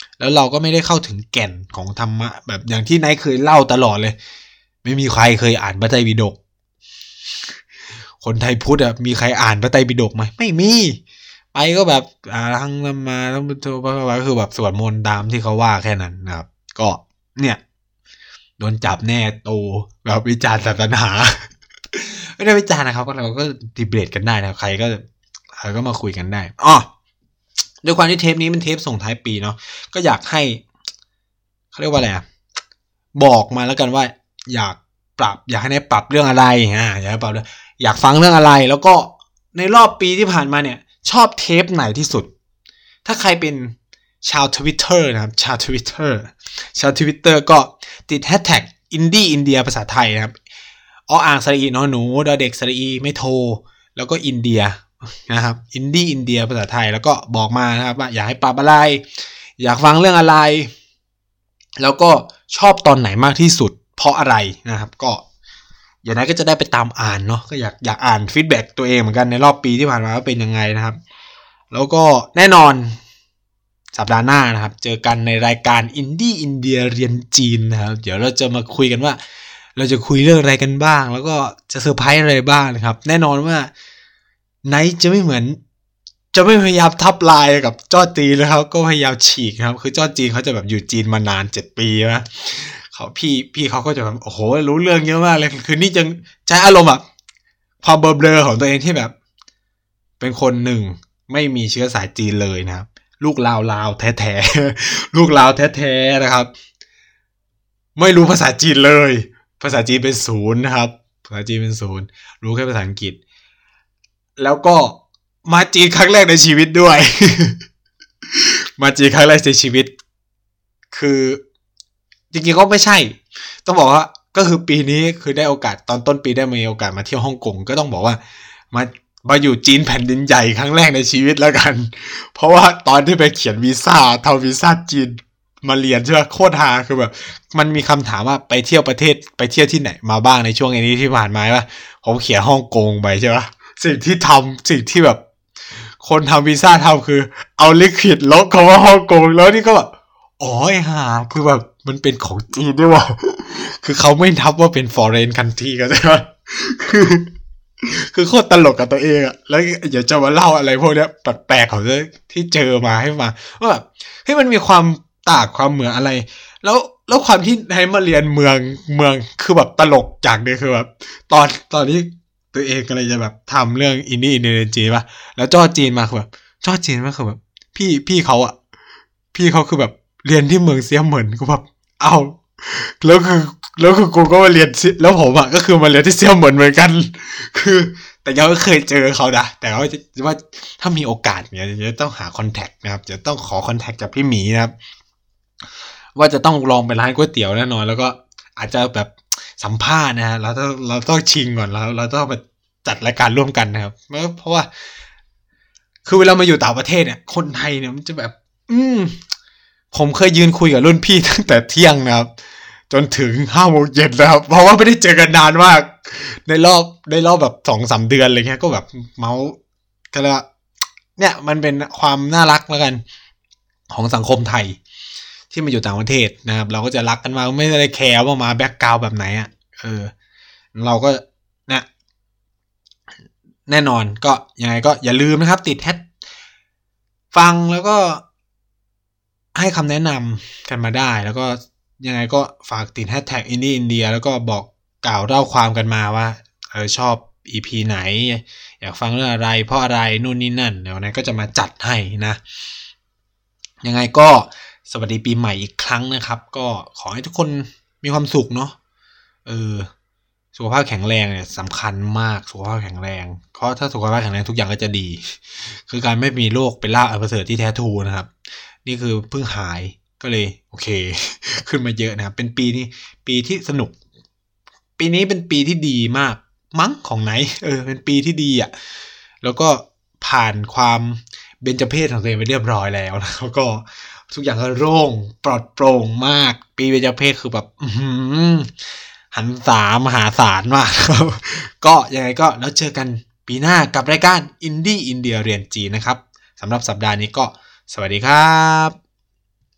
แล้วเราก็ไม่ได้เข้าถึงแก่นของธรรมะแบบอย่างที่นายเคยเล่าตลอดเลยไม่มีใครเคยอ่านพระไตรปิฎกคนไทยพุทธอ่ะมีใครอ่านพระไตรปิฎกไหมไม่มีไปก็แบบอ่าทั้งมาทั้งพุทโธพระวาก็คือแบบสวดมนต์ตามที่เขาว่าแค่นั้นนะครับก็เนี่ยโดนจับแน่โตแบบวิจารณ์ศาสนาไม่ได้วิจารณ์นะครับก็เราก็ดีเบตกันได้นะใครก็ใครก็มาคุยกันได้อ๋อด้วยความที่เทปนี้เป็นเทปส่งท้ายปีเนาะก็อยากให้เขาเรียกว่าอะไรอ่ะบอกมาแล้วกันว่าอยากปรับอยากให้ได้ปรับเรื่องอะไรอ่าอยากให้ปรับอยากฟังเรื่องอะไรแล้วก็ในรอบปีที่ผ่านมาเนี่ยชอบเทปไหนที่สุดถ้าใครเป็นชาว Twitter นะครับชาว Twitter ชาว Twitter ก็ติดแฮชแท็กอินดี้อินเดียภาษาไทยนะครับออ่างสระอีนอหนูดอเด็กสระอีไม่โทแล้วก็อินเดียนะครับอินดี้อินเดียภาษาไทยแล้วก็บอกมานะครับว่าอยากให้ปรับอะไรอยากฟังเรื่องอะไรแล้วก็ชอบตอนไหนมากที่สุดเพราะอะไรนะครับก็อย่างนั้นก็จะได้ไปตามอ่านเนาะก็อยากอยากอ่านฟีดแบ็กตัวเองเหมือนกันในรอบปีที่ผ่านมาว่าเป็นยังไงนะครับแล้วก็แน่นอนสัปดาห์หน้านะครับเจอกันในรายการอินดี้อินเดียเรียนจีนนะครับเดี๋ยวเราจะมาคุยกันว่าเราจะคุยเรื่องอะไรกันบ้างแล้วก็จะเซอร์ไพรส์อะไรบ้างนะครับแน่นอนว่าไนท์จะไม่เหมือนจะไม่พยายามทับลายกับจ้อจีนนะครับก็พยายามฉีกครับคือจ้อจีนเขาจะแบบอยู่จีนมานานเจ็ดปีนะเขาพี่พี่เขาก็จะแบบโอ้โหรู้เรื่องเยอะมากเลยคือนี่จะใช้อารมณ์แบบความเบลอๆของตัวเองที่แบบเป็นคนหนึ่งไม่มีเชื้อสายจีนเลยนะครับลูกลาวลาวแท้ๆลูกลาวแท้ๆนะครับไม่รู้ภาษาจีนเลยภาษาจีนเป็นศูนย์นะครับภาษาจีนเป็นศูนย์รู้แค่ภาษาอังกฤษแล้วก็มาจีนครั้งแรกในชีวิตด้วย มาจีนครั้งแรกในชีวิตคือจริงๆก็ไม่ใช่ต้องบอกว่าก็คือปีนี้คือได้โอกาสตอนต้นปีได้มีโอกาสมาเที่ยวฮ่องกงก็ต้องบอกว่ามามาอยู่จีนแผ่นดินใหญ่ครั้งแรกในชีวิตแล้วกันเพราะว่าตอนที่ไปเขียนวีซ่าทำวีซ่าจีนมาเรียนใช่ไหมโคตรฮาคือแบบมันมีคำถามว่าไปเที่ยวประเทศไปเที่ยวที่ไหนมาบ้างในช่วงนี้ที่ผ่านมาว่าผมเขียนฮ่องกงไปใช่ไหมสิ่งที่ทำสิ่งที่แบบคนทำวีซ่าทำคือเอาลิควิดลบคำว่าฮ่องกงแล้วนี่ก็แบบอ๋อไอ้ห่าคือแบบมันเป็นของจีนด้วยว่ะคือเขาไม่นับว่าเป็น foreign country กันใช่ไหมคือคือโคตรตลกกับตัวเองอะแล้วอย่าจะมาเล่าอะไรพวกเนี้ยแปลกๆของที่เจอมาให้มาว่าแบบเฮ้ยมันมีความต่างความเหมือนอะไรแล้วแล้วความที่ให้มาเรียนเมืองเมืองคือแบบตลกจากเดียคือแบบตอนตอนนี้ตัวเองก็เลยจะแบบทำเรื่องอินดี้อินเดียจีนป่ะแล้วจ้อจีนมาคือแบบจ้อจีนมาคือแบบพี่พี่เขาอะพี่เขาคือแบบเรียนที่เมืองเซี่ยเหมินกูแบบเอ้าแล้วคือแล้วคือกูก็มาเรียนแล้วผมอะก็คือมาเรียนที่เซี่ยเหมินเหมือนกันคือแต่ยังไม่เคยเจอเขานะแต่ว่าว่าถ้ามีโอกาสเนี่ยจะต้องหาคอนแทคนะครับจะต้องขอคอนแทคจากพี่หมีนะครับว่าจะต้องลองไปร้านก๋วยเตี๋ยวแน่นอนแล้วก็อาจจะแบบสัมภาษณ์นะฮะเราต้องเราต้องชิงก่อนเราเราต้องไปจัดรายการร่วมกันนะครับเพราะว่าคือเวลามาอยู่ต่างประเทศเนี่ยคนไทยเนี่ยมันจะแบบอืมผมเคยยืนคุยกับรุ่นพี่ตั้งแต่เที่ยงนะครับจนถึงห้าโมงเย็นนะครับเพราะว่าไม่ได้เจอกันนานมากในรอบในรอบแบบสองสามเดือนอะไรเงี้ยก็แบบเมาส์ก็แล้วเนี่ยมันเป็นความน่ารักแล้วกันของสังคมไทยที่มาอยู่ต่างประเทศนะครับเราก็จะรักกันมาไม่ได้แคร์ว่ามาแบ็คกราวด์แบบไหนอ่ะเออเราก็เนี่ยแน่นอนก็ยังไงก็อย่าลืมนะครับติดแฮชฟังแล้วก็ให้คำแนะนำกันมาได้แล้วก็ยังไงก็ฝากติดแฮชแท็กอินดี้อินเดียแล้วก็บอกกล่าวเล่าความกันมาว่าเออชอบ อี พี ไหนอยากฟังเรื่องอะไรเพราะอะไรนู่นนี่นั่นเดี๋ยวนั้นก็จะมาจัดให้นะยังไงก็สวัสดีปีใหม่อีกครั้งนะครับก็ขอให้ทุกคนมีความสุขเนาะเออสุขภาพแข็งแรงเนี่ยสำคัญมากสุขภาพแข็งแรงเพราะถ้าสุขภาพแข็งแรงทุกอย่างก็จะดีคือการไม่มีโรคเป็นลาภอันประเสริฐที่แท้ทรูนะครับนี่คือเพิ่งหายก็เลยโอเคขึ้นมาเยอะนะครับเป็นปีนี้ปีที่สนุกปีนี้เป็นปีที่ดีมากมั้งของไหนเออเป็นปีที่ดีอ่ะแล้วก็ผ่านความเบญจเพสของตัวเองไปเรียบร้อยแล้วแล้วก็ทุกอย่างก็โล่งปลอดโปร่งมากปีเบญจเพสคือแบบหันษามหาศาลมากครับก็ยังไงก็แล้วเจอกันปีหน้ากับรายการอินดี้อินเดียเรียนจีนนะครับสำหรับสัปดาห์นี้ก็สวัสดีครับ